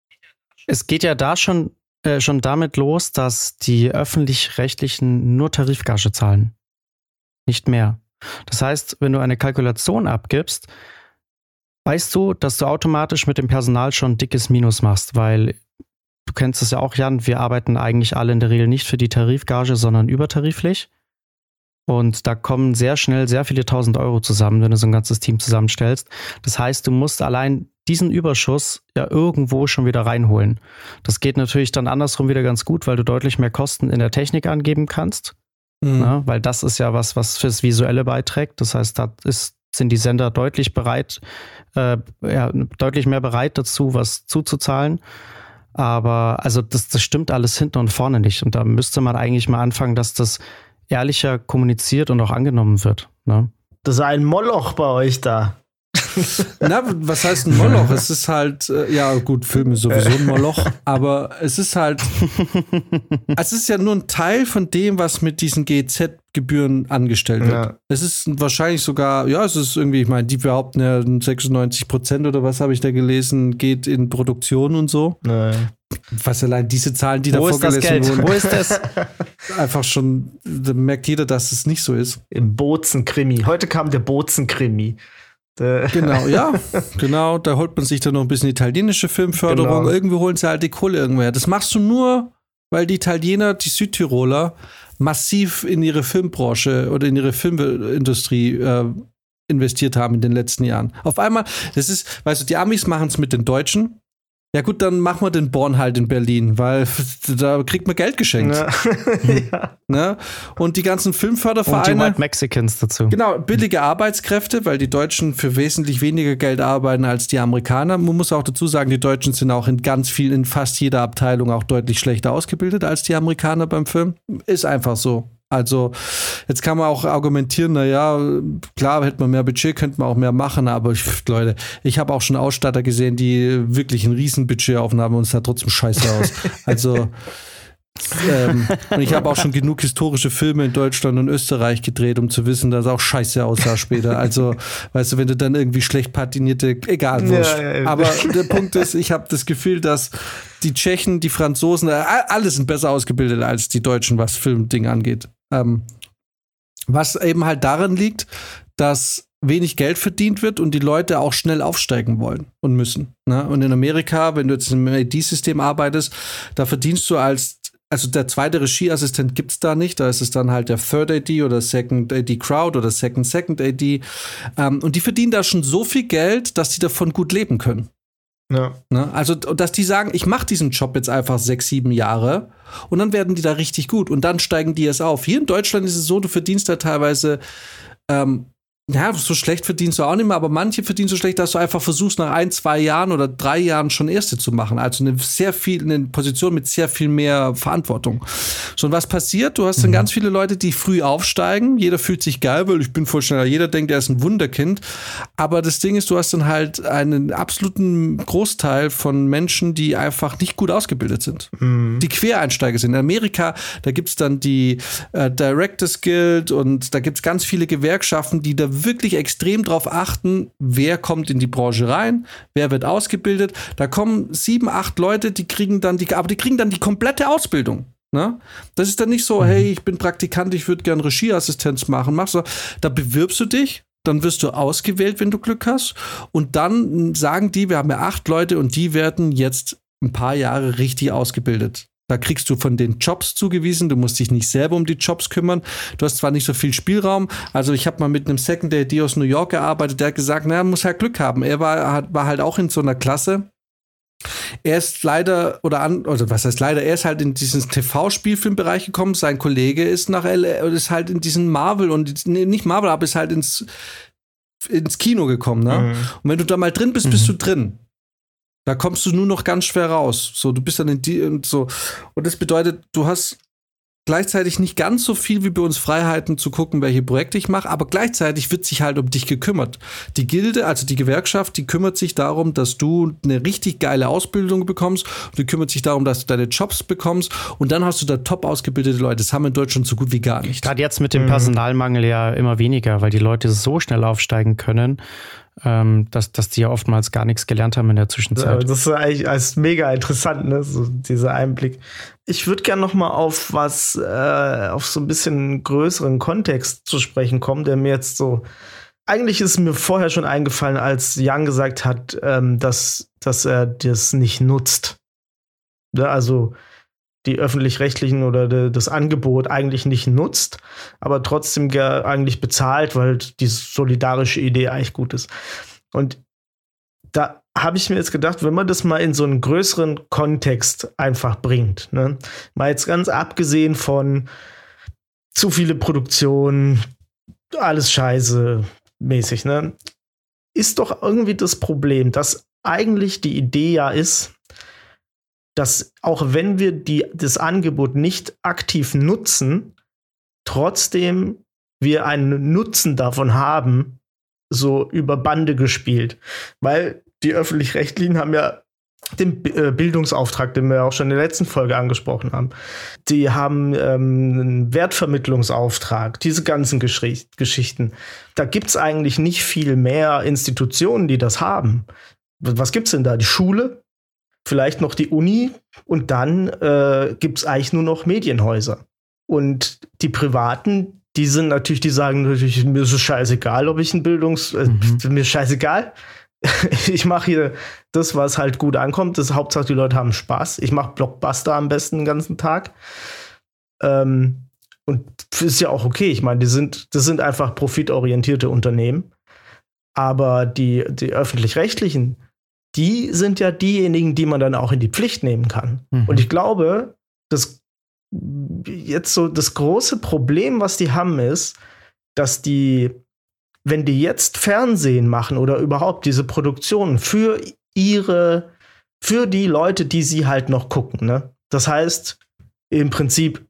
Es geht ja da schon damit los, dass die Öffentlich-Rechtlichen nur Tarifgage zahlen. Nicht mehr. Das heißt, wenn du eine Kalkulation abgibst, weißt du, dass du automatisch mit dem Personal schon ein dickes Minus machst, weil du kennst es ja auch, Jan, wir arbeiten eigentlich alle in der Regel nicht für die Tarifgage, sondern übertariflich. Und da kommen sehr schnell sehr viele 1.000 Euro zusammen, wenn du so ein ganzes Team zusammenstellst. Das heißt, du musst allein diesen Überschuss ja irgendwo schon wieder reinholen. Das geht natürlich dann andersrum wieder ganz gut, weil du deutlich mehr Kosten in der Technik angeben kannst. Mhm. Na, weil das ist ja was fürs Visuelle beiträgt. Das heißt, sind die Sender deutlich deutlich mehr bereit dazu, was zuzuzahlen. Aber also das stimmt alles hinten und vorne nicht. Und da müsste man eigentlich mal anfangen, dass das ehrlicher kommuniziert und auch angenommen wird. Ne? Das ist ein Moloch bei euch da. Na, was heißt ein Moloch? Es ist halt, ja gut, Film ist sowieso ein Moloch, aber es ist halt, es ist ja nur ein Teil von dem, was mit diesen GEZ-Gebühren angestellt wird. Ja. Es ist wahrscheinlich sogar, es ist irgendwie, ich meine, die behaupten ja 96% oder was habe ich da gelesen, geht in Produktion und so. Nein. Was allein diese Zahlen, die da vorgelesen wurden. Wo ist das? Einfach schon, da merkt jeder, dass es nicht so ist. Im Bozen-Krimi. Heute kam der Bozen-Krimi. Genau, da holt man sich dann noch ein bisschen italienische Filmförderung. Genau. Irgendwie holen sie halt die Kohle irgendwoher. Das machst du nur, weil die Italiener, die Südtiroler, massiv in ihre Filmbranche oder in ihre Filmindustrie investiert haben in den letzten Jahren. Auf einmal, das ist, weißt du, die Amis machen es mit den Deutschen. Ja gut, dann machen wir den Born halt in Berlin, weil da kriegt man Geld geschenkt. Ja. Ne? Und die ganzen Filmfördervereine. Und die White Mexicans dazu. Genau, billige Arbeitskräfte, weil die Deutschen für wesentlich weniger Geld arbeiten als die Amerikaner. Man muss auch dazu sagen, die Deutschen sind auch in fast jeder Abteilung auch deutlich schlechter ausgebildet als die Amerikaner beim Film. Ist einfach so. Also, jetzt kann man auch argumentieren, naja, klar, hätte man mehr Budget, könnte man auch mehr machen, aber Leute, ich habe auch schon Ausstatter gesehen, die wirklich ein Riesenbudget aufnahmen und es sah trotzdem scheiße aus. Also, und ich habe auch schon genug historische Filme in Deutschland und Österreich gedreht, um zu wissen, dass es auch scheiße aussah später. Also, weißt du, wenn du dann irgendwie schlecht patinierte, egal, wurscht. Ja. Aber der Punkt ist, ich habe das Gefühl, dass die Tschechen, die Franzosen, alle sind besser ausgebildet als die Deutschen, was Filmding angeht. Was eben halt daran liegt, dass wenig Geld verdient wird und die Leute auch schnell aufsteigen wollen und müssen. Ne? Und in Amerika, wenn du jetzt im AD-System arbeitest, da verdienst du also der zweite Regieassistent gibt's da nicht, da ist es dann halt der Third AD oder Second AD Crowd oder Second AD. Und die verdienen da schon so viel Geld, dass die davon gut leben können. Ja. Ne? Also, dass die sagen, ich mache diesen Job jetzt einfach 6, 7 Jahre und dann werden die da richtig gut und dann steigen die erst auf. Hier in Deutschland ist es so, du verdienst da teilweise so schlecht verdienst du auch nicht mehr, aber manche verdienen so schlecht, dass du einfach versuchst, nach 1, 2 Jahren oder 3 Jahren schon Erste zu machen. Also eine Position mit sehr viel mehr Verantwortung. So, und was passiert? Du hast dann ganz viele Leute, die früh aufsteigen. Jeder fühlt sich geil, weil ich bin voll schneller. Jeder denkt, er ist ein Wunderkind. Aber das Ding ist, du hast dann halt einen absoluten Großteil von Menschen, die einfach nicht gut ausgebildet sind. Die Quereinsteiger sind. In Amerika, da gibt's dann die Directors Guild und da gibt's ganz viele Gewerkschaften, die da wirklich extrem drauf achten, wer kommt in die Branche rein, wer wird ausgebildet. Da kommen 7, 8 Leute, die kriegen dann die komplette Ausbildung. Ne? Das ist dann nicht so, hey, ich bin Praktikant, ich würde gern Regieassistenz machen. Da bewirbst du dich, dann wirst du ausgewählt, wenn du Glück hast. Und dann sagen die, wir haben ja 8 Leute und die werden jetzt ein paar Jahre richtig ausgebildet. Da kriegst du von den Jobs zugewiesen, du musst dich nicht selber um die Jobs kümmern. Du hast zwar nicht so viel Spielraum, also ich habe mal mit einem Second AD aus New York gearbeitet, der hat gesagt, naja, muss halt Glück haben. Er war halt auch in so einer Klasse. Er ist leider, er ist halt in diesen TV-Spielfilmbereich gekommen, sein Kollege ist nach LA und ist halt in diesen Marvel nicht Marvel, aber ist halt ins Kino gekommen, ne? Und wenn du da mal drin bist, bist du drin. Da kommst du nur noch ganz schwer raus. So, du bist dann und so. Und das bedeutet, du hast gleichzeitig nicht ganz so viel wie bei uns Freiheiten zu gucken, welche Projekte ich mache, aber gleichzeitig wird sich halt um dich gekümmert. Die Gilde, also die Gewerkschaft, die kümmert sich darum, dass du eine richtig geile Ausbildung bekommst. Und die kümmert sich darum, dass du deine Jobs bekommst. Und dann hast du da top ausgebildete Leute. Das haben wir in Deutschland so gut wie gar nicht. Gerade jetzt mit dem Personalmangel ja immer weniger, weil die Leute so schnell aufsteigen können, dass die ja oftmals gar nichts gelernt haben in der Zwischenzeit. Ja, das ist eigentlich als mega interessant, ne? So dieser Einblick. Ich würde gerne noch mal auf auf so ein bisschen größeren Kontext zu sprechen kommen, der mir jetzt so eigentlich ist mir vorher schon eingefallen, als Jan gesagt hat, dass er das nicht nutzt. Ja, also die Öffentlich-Rechtlichen oder das Angebot eigentlich nicht nutzt, aber trotzdem eigentlich bezahlt, weil die solidarische Idee eigentlich gut ist. Und da habe ich mir jetzt gedacht, wenn man das mal in so einen größeren Kontext einfach bringt, ne? Mal jetzt ganz abgesehen von zu viele Produktionen, alles scheiße mäßig, ne? Ist doch irgendwie das Problem, dass eigentlich die Idee ja ist, dass auch wenn wir das Angebot nicht aktiv nutzen, trotzdem wir einen Nutzen davon haben, so über Bande gespielt. Weil die Öffentlich-Rechtlichen haben ja den Bildungsauftrag, den wir auch schon in der letzten Folge angesprochen haben. Die haben einen Wertvermittlungsauftrag, diese ganzen Geschichten. Da gibt's eigentlich nicht viel mehr Institutionen, die das haben. Was gibt's denn da? Die Schule? Vielleicht noch die Uni und dann gibt's eigentlich nur noch Medienhäuser. Und die Privaten, die sagen natürlich, mir ist es scheißegal, ob ich mir ist scheißegal. Ich mache hier das, was halt gut ankommt. Das Hauptsache, die Leute haben Spaß. Ich mache Blockbuster am besten den ganzen Tag. Und ist ja auch okay. Ich meine, das sind einfach profitorientierte Unternehmen. Aber die Öffentlich-Rechtlichen, die sind ja diejenigen, die man dann auch in die Pflicht nehmen kann. Und ich glaube, das große Problem, was die haben, ist, dass wenn die jetzt Fernsehen machen oder überhaupt diese Produktionen für die Leute, die sie halt noch gucken, ne? Das heißt, im Prinzip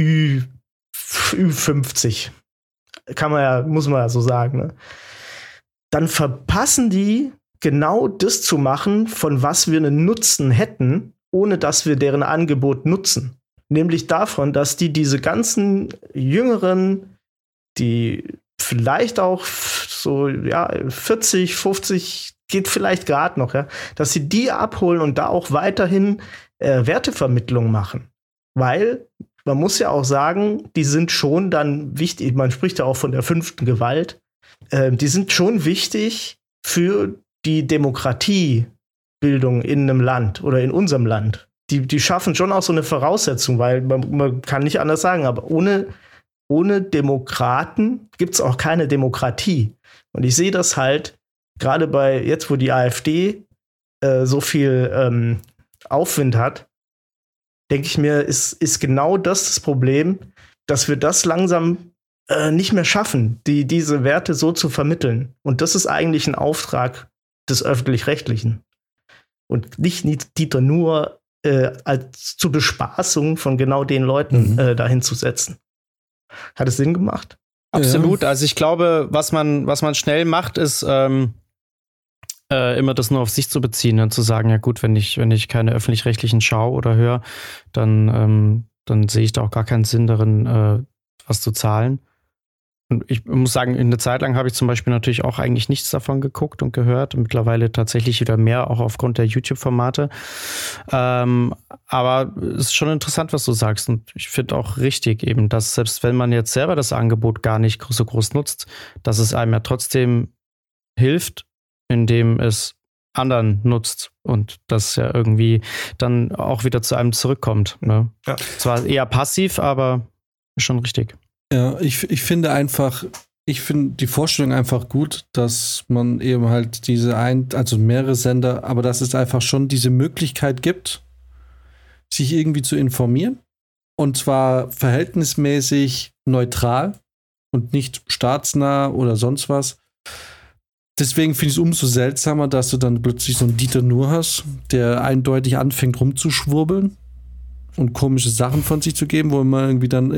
Ü50. Muss man ja so sagen, ne? Dann verpassen die genau das zu machen, von was wir einen Nutzen hätten, ohne dass wir deren Angebot nutzen. Nämlich davon, dass diese ganzen Jüngeren, die vielleicht auch so 40, 50, geht vielleicht gerade noch, ja, dass sie die abholen und da auch weiterhin Wertevermittlung machen. Weil man muss ja auch sagen, die sind schon dann wichtig, man spricht ja auch von der 5. Gewalt, die sind schon wichtig für die Demokratiebildung in einem Land oder in unserem Land. Die schaffen schon auch so eine Voraussetzung, weil man kann nicht anders sagen, aber ohne Demokraten gibt es auch keine Demokratie. Und ich sehe das halt gerade bei jetzt, wo die AfD so viel Aufwind hat, denke ich mir, ist genau das Problem, dass wir das langsam nicht mehr schaffen, diese Werte so zu vermitteln. Und das ist eigentlich ein Auftrag des Öffentlich-Rechtlichen. Und nicht Dieter nur als zur Bespaßung von genau den Leuten dahin zu setzen. Hat es Sinn gemacht? Absolut. Also ich glaube, was man schnell macht, ist immer das nur auf sich zu beziehen und zu sagen, ja gut, wenn ich keine öffentlich-rechtlichen schaue oder höre, dann sehe ich da auch gar keinen Sinn darin, was zu zahlen. Und ich muss sagen, in der Zeit lang habe ich zum Beispiel natürlich auch eigentlich nichts davon geguckt und gehört. Und mittlerweile tatsächlich wieder mehr, auch aufgrund der YouTube-Formate. Aber es ist schon interessant, was du sagst. Und ich finde auch richtig eben, dass selbst wenn man jetzt selber das Angebot gar nicht so groß nutzt, dass es einem ja trotzdem hilft, indem es anderen nutzt und das ja irgendwie dann auch wieder zu einem zurückkommt. Ne? Ja. Zwar eher passiv, aber schon richtig. Ja, ich finde die Vorstellung einfach gut, dass man eben halt also mehrere Sender, aber dass es einfach schon diese Möglichkeit gibt, sich irgendwie zu informieren. Und zwar verhältnismäßig neutral und nicht staatsnah oder sonst was. Deswegen finde ich es umso seltsamer, dass du dann plötzlich so einen Dieter Nuhr hast, der eindeutig anfängt rumzuschwurbeln und komische Sachen von sich zu geben, wo man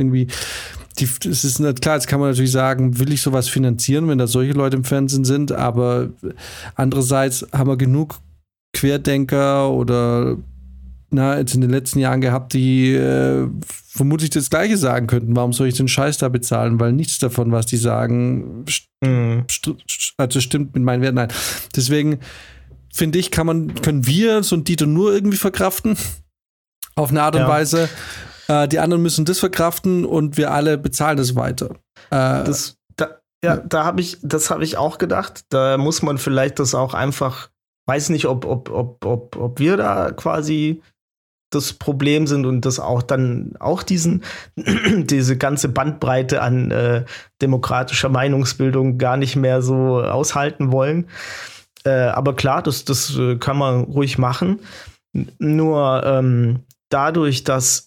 es ist nicht klar, jetzt kann man natürlich sagen, will ich sowas finanzieren, wenn da solche Leute im Fernsehen sind, aber andererseits haben wir genug Querdenker oder jetzt in den letzten Jahren gehabt, die vermutlich das Gleiche sagen könnten. Warum soll ich den Scheiß da bezahlen? Weil nichts davon, was die sagen, stimmt mit meinen Werten. Nein. Deswegen finde ich, können wir so ein Dieter Nuhr irgendwie verkraften. Auf eine Art und Weise. Die anderen müssen das verkraften und wir alle bezahlen das weiter. Das habe ich auch gedacht. Da muss man vielleicht das auch einfach, weiß nicht, ob wir da quasi das Problem sind und das auch dann auch diese ganze Bandbreite an demokratischer Meinungsbildung gar nicht mehr so aushalten wollen. Aber klar, das kann man ruhig machen. Nur dadurch, dass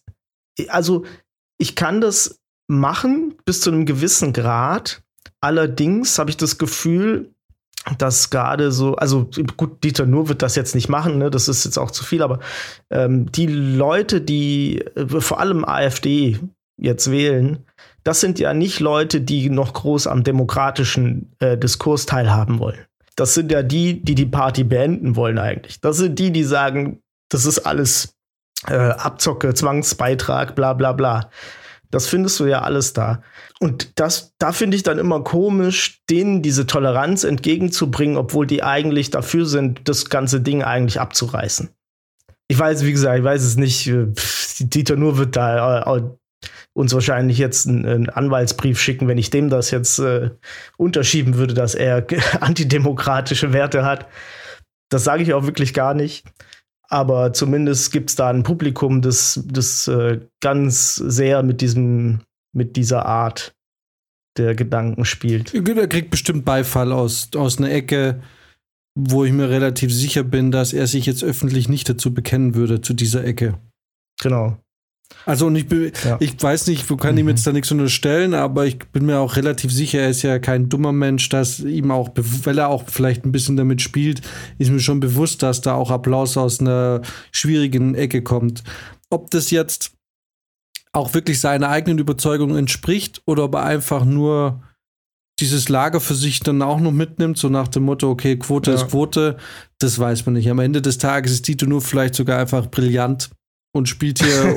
ich kann das machen bis zu einem gewissen Grad. Allerdings habe ich das Gefühl, dass gerade so, also gut, Dieter Nuhr wird das jetzt nicht machen, ne? Das ist jetzt auch zu viel, aber die Leute, die vor allem AfD jetzt wählen, das sind ja nicht Leute, die noch groß am demokratischen Diskurs teilhaben wollen. Das sind ja die Party beenden wollen eigentlich. Das sind die sagen, das ist alles Abzocke, Zwangsbeitrag, bla bla bla. Das findest du ja alles da. Und da finde ich dann immer komisch, denen diese Toleranz entgegenzubringen, obwohl die eigentlich dafür sind, das ganze Ding eigentlich abzureißen. Ich weiß, wie gesagt, es nicht. Dieter Nuhr wird da uns wahrscheinlich jetzt einen Anwaltsbrief schicken, wenn ich dem das jetzt unterschieben würde, dass er antidemokratische Werte hat. Das sage ich auch wirklich gar nicht. Aber zumindest gibt es da ein Publikum, das ganz sehr mit dieser Art der Gedanken spielt. Er kriegt bestimmt Beifall aus einer Ecke, wo ich mir relativ sicher bin, dass er sich jetzt öffentlich nicht dazu bekennen würde, zu dieser Ecke. Genau. Also und ich weiß nicht, wo kann ihm jetzt da nichts unterstellen, aber ich bin mir auch relativ sicher, er ist ja kein dummer Mensch, dass ihm auch, weil er auch vielleicht ein bisschen damit spielt, ist mir schon bewusst, dass da auch Applaus aus einer schwierigen Ecke kommt. Ob das jetzt auch wirklich seiner eigenen Überzeugung entspricht oder ob er einfach nur dieses Lager für sich dann auch noch mitnimmt, so nach dem Motto, okay, Quote ist Quote, das weiß man nicht. Am Ende des Tages ist Dieter Nuhr vielleicht sogar einfach brillant und spielt hier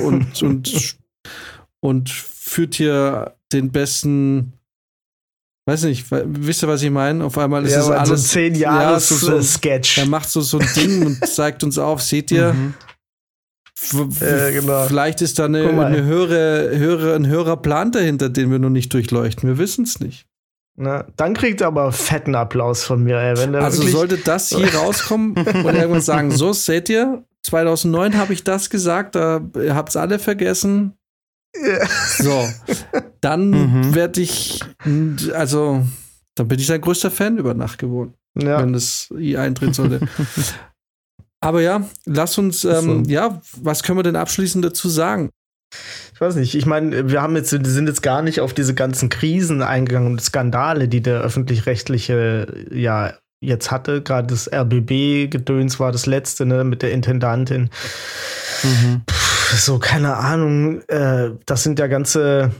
und führt hier den besten, weiß nicht, wisst ihr, was ich meine? Auf einmal ist es alles so ein 10-Jahres-Sketch. Er macht so ein Ding und zeigt uns auf, seht ihr? Genau. Vielleicht ist da ein höherer Plan dahinter, den wir noch nicht durchleuchten. Wir wissen es nicht. Na, dann kriegt er aber fetten Applaus von mir. Ey, wenn also sollte das hier rauskommen und irgendwann sagen, so, seht ihr, 2009 habe ich das gesagt, da habt's alle vergessen. Ja. So, dann werde ich, also, dann bin ich sein größter Fan über Nacht geworden, wenn das eintreten sollte. Aber ja, lass uns, was können wir denn abschließend dazu sagen? Ich weiß nicht, ich meine, wir sind jetzt gar nicht auf diese ganzen Krisen eingegangen und Skandale, die der Öffentlich-Rechtliche jetzt hatte. Gerade das RBB-Gedöns war das letzte, ne, mit der Intendantin. So, keine Ahnung, das sind ja ganze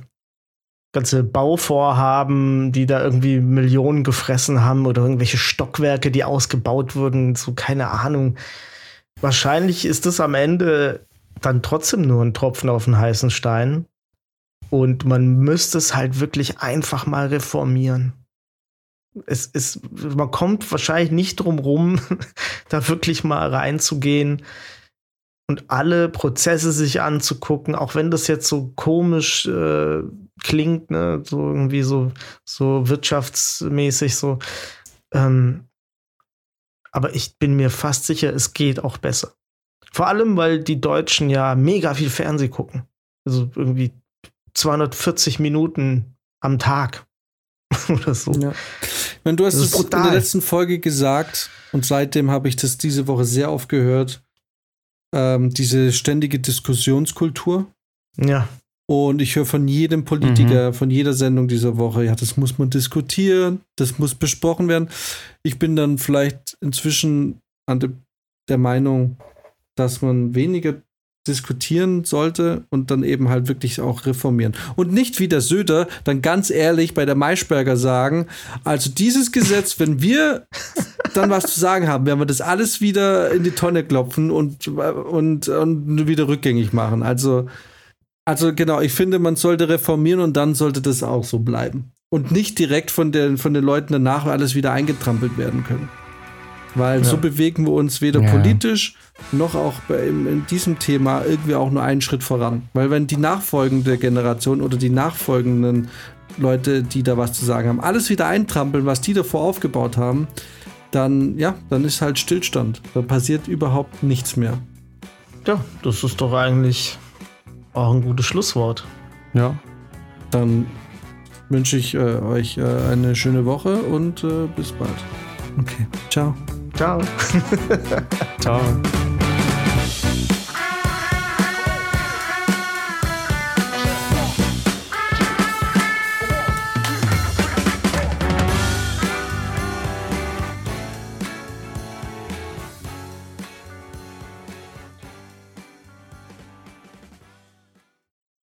Bauvorhaben, die da irgendwie Millionen gefressen haben oder irgendwelche Stockwerke, die ausgebaut wurden, so, keine Ahnung. Wahrscheinlich ist das am Ende dann trotzdem nur ein Tropfen auf den heißen Stein. Und man müsste es halt wirklich einfach mal reformieren. Man kommt wahrscheinlich nicht drum rum, da wirklich mal reinzugehen und alle Prozesse sich anzugucken, auch wenn das jetzt so komisch klingt, ne? So irgendwie so wirtschaftsmäßig so. Aber ich bin mir fast sicher, es geht auch besser. Vor allem, weil die Deutschen ja mega viel Fernsehen gucken. Also irgendwie 240 Minuten am Tag oder so. Ja. Ich meine, du hast es in der letzten Folge gesagt und seitdem habe ich das diese Woche sehr oft gehört. Diese ständige Diskussionskultur. Ja. Und ich höre von jedem Politiker, von jeder Sendung dieser Woche, ja, das muss man diskutieren, das muss besprochen werden. Ich bin dann vielleicht inzwischen an der Meinung, dass man weniger diskutieren sollte und dann eben halt wirklich auch reformieren. Und nicht wie der Söder dann ganz ehrlich bei der Maischberger sagen, also dieses Gesetz, wenn wir dann was zu sagen haben, werden wir das alles wieder in die Tonne klopfen und wieder rückgängig machen. Also genau, ich finde, man sollte reformieren und dann sollte das auch so bleiben. Und nicht direkt von den Leuten danach alles wieder eingetrampelt werden können. Weil so bewegen wir uns weder politisch noch auch in diesem Thema irgendwie auch nur einen Schritt voran. Weil wenn die nachfolgende Generation oder die nachfolgenden Leute, die da was zu sagen haben, alles wieder eintrampeln, was die davor aufgebaut haben, dann ist halt Stillstand. Da passiert überhaupt nichts mehr. Ja, das ist doch eigentlich auch ein gutes Schlusswort. Ja. Dann wünsche ich euch eine schöne Woche und bis bald. Okay. Ciao. Ciao. Ciao.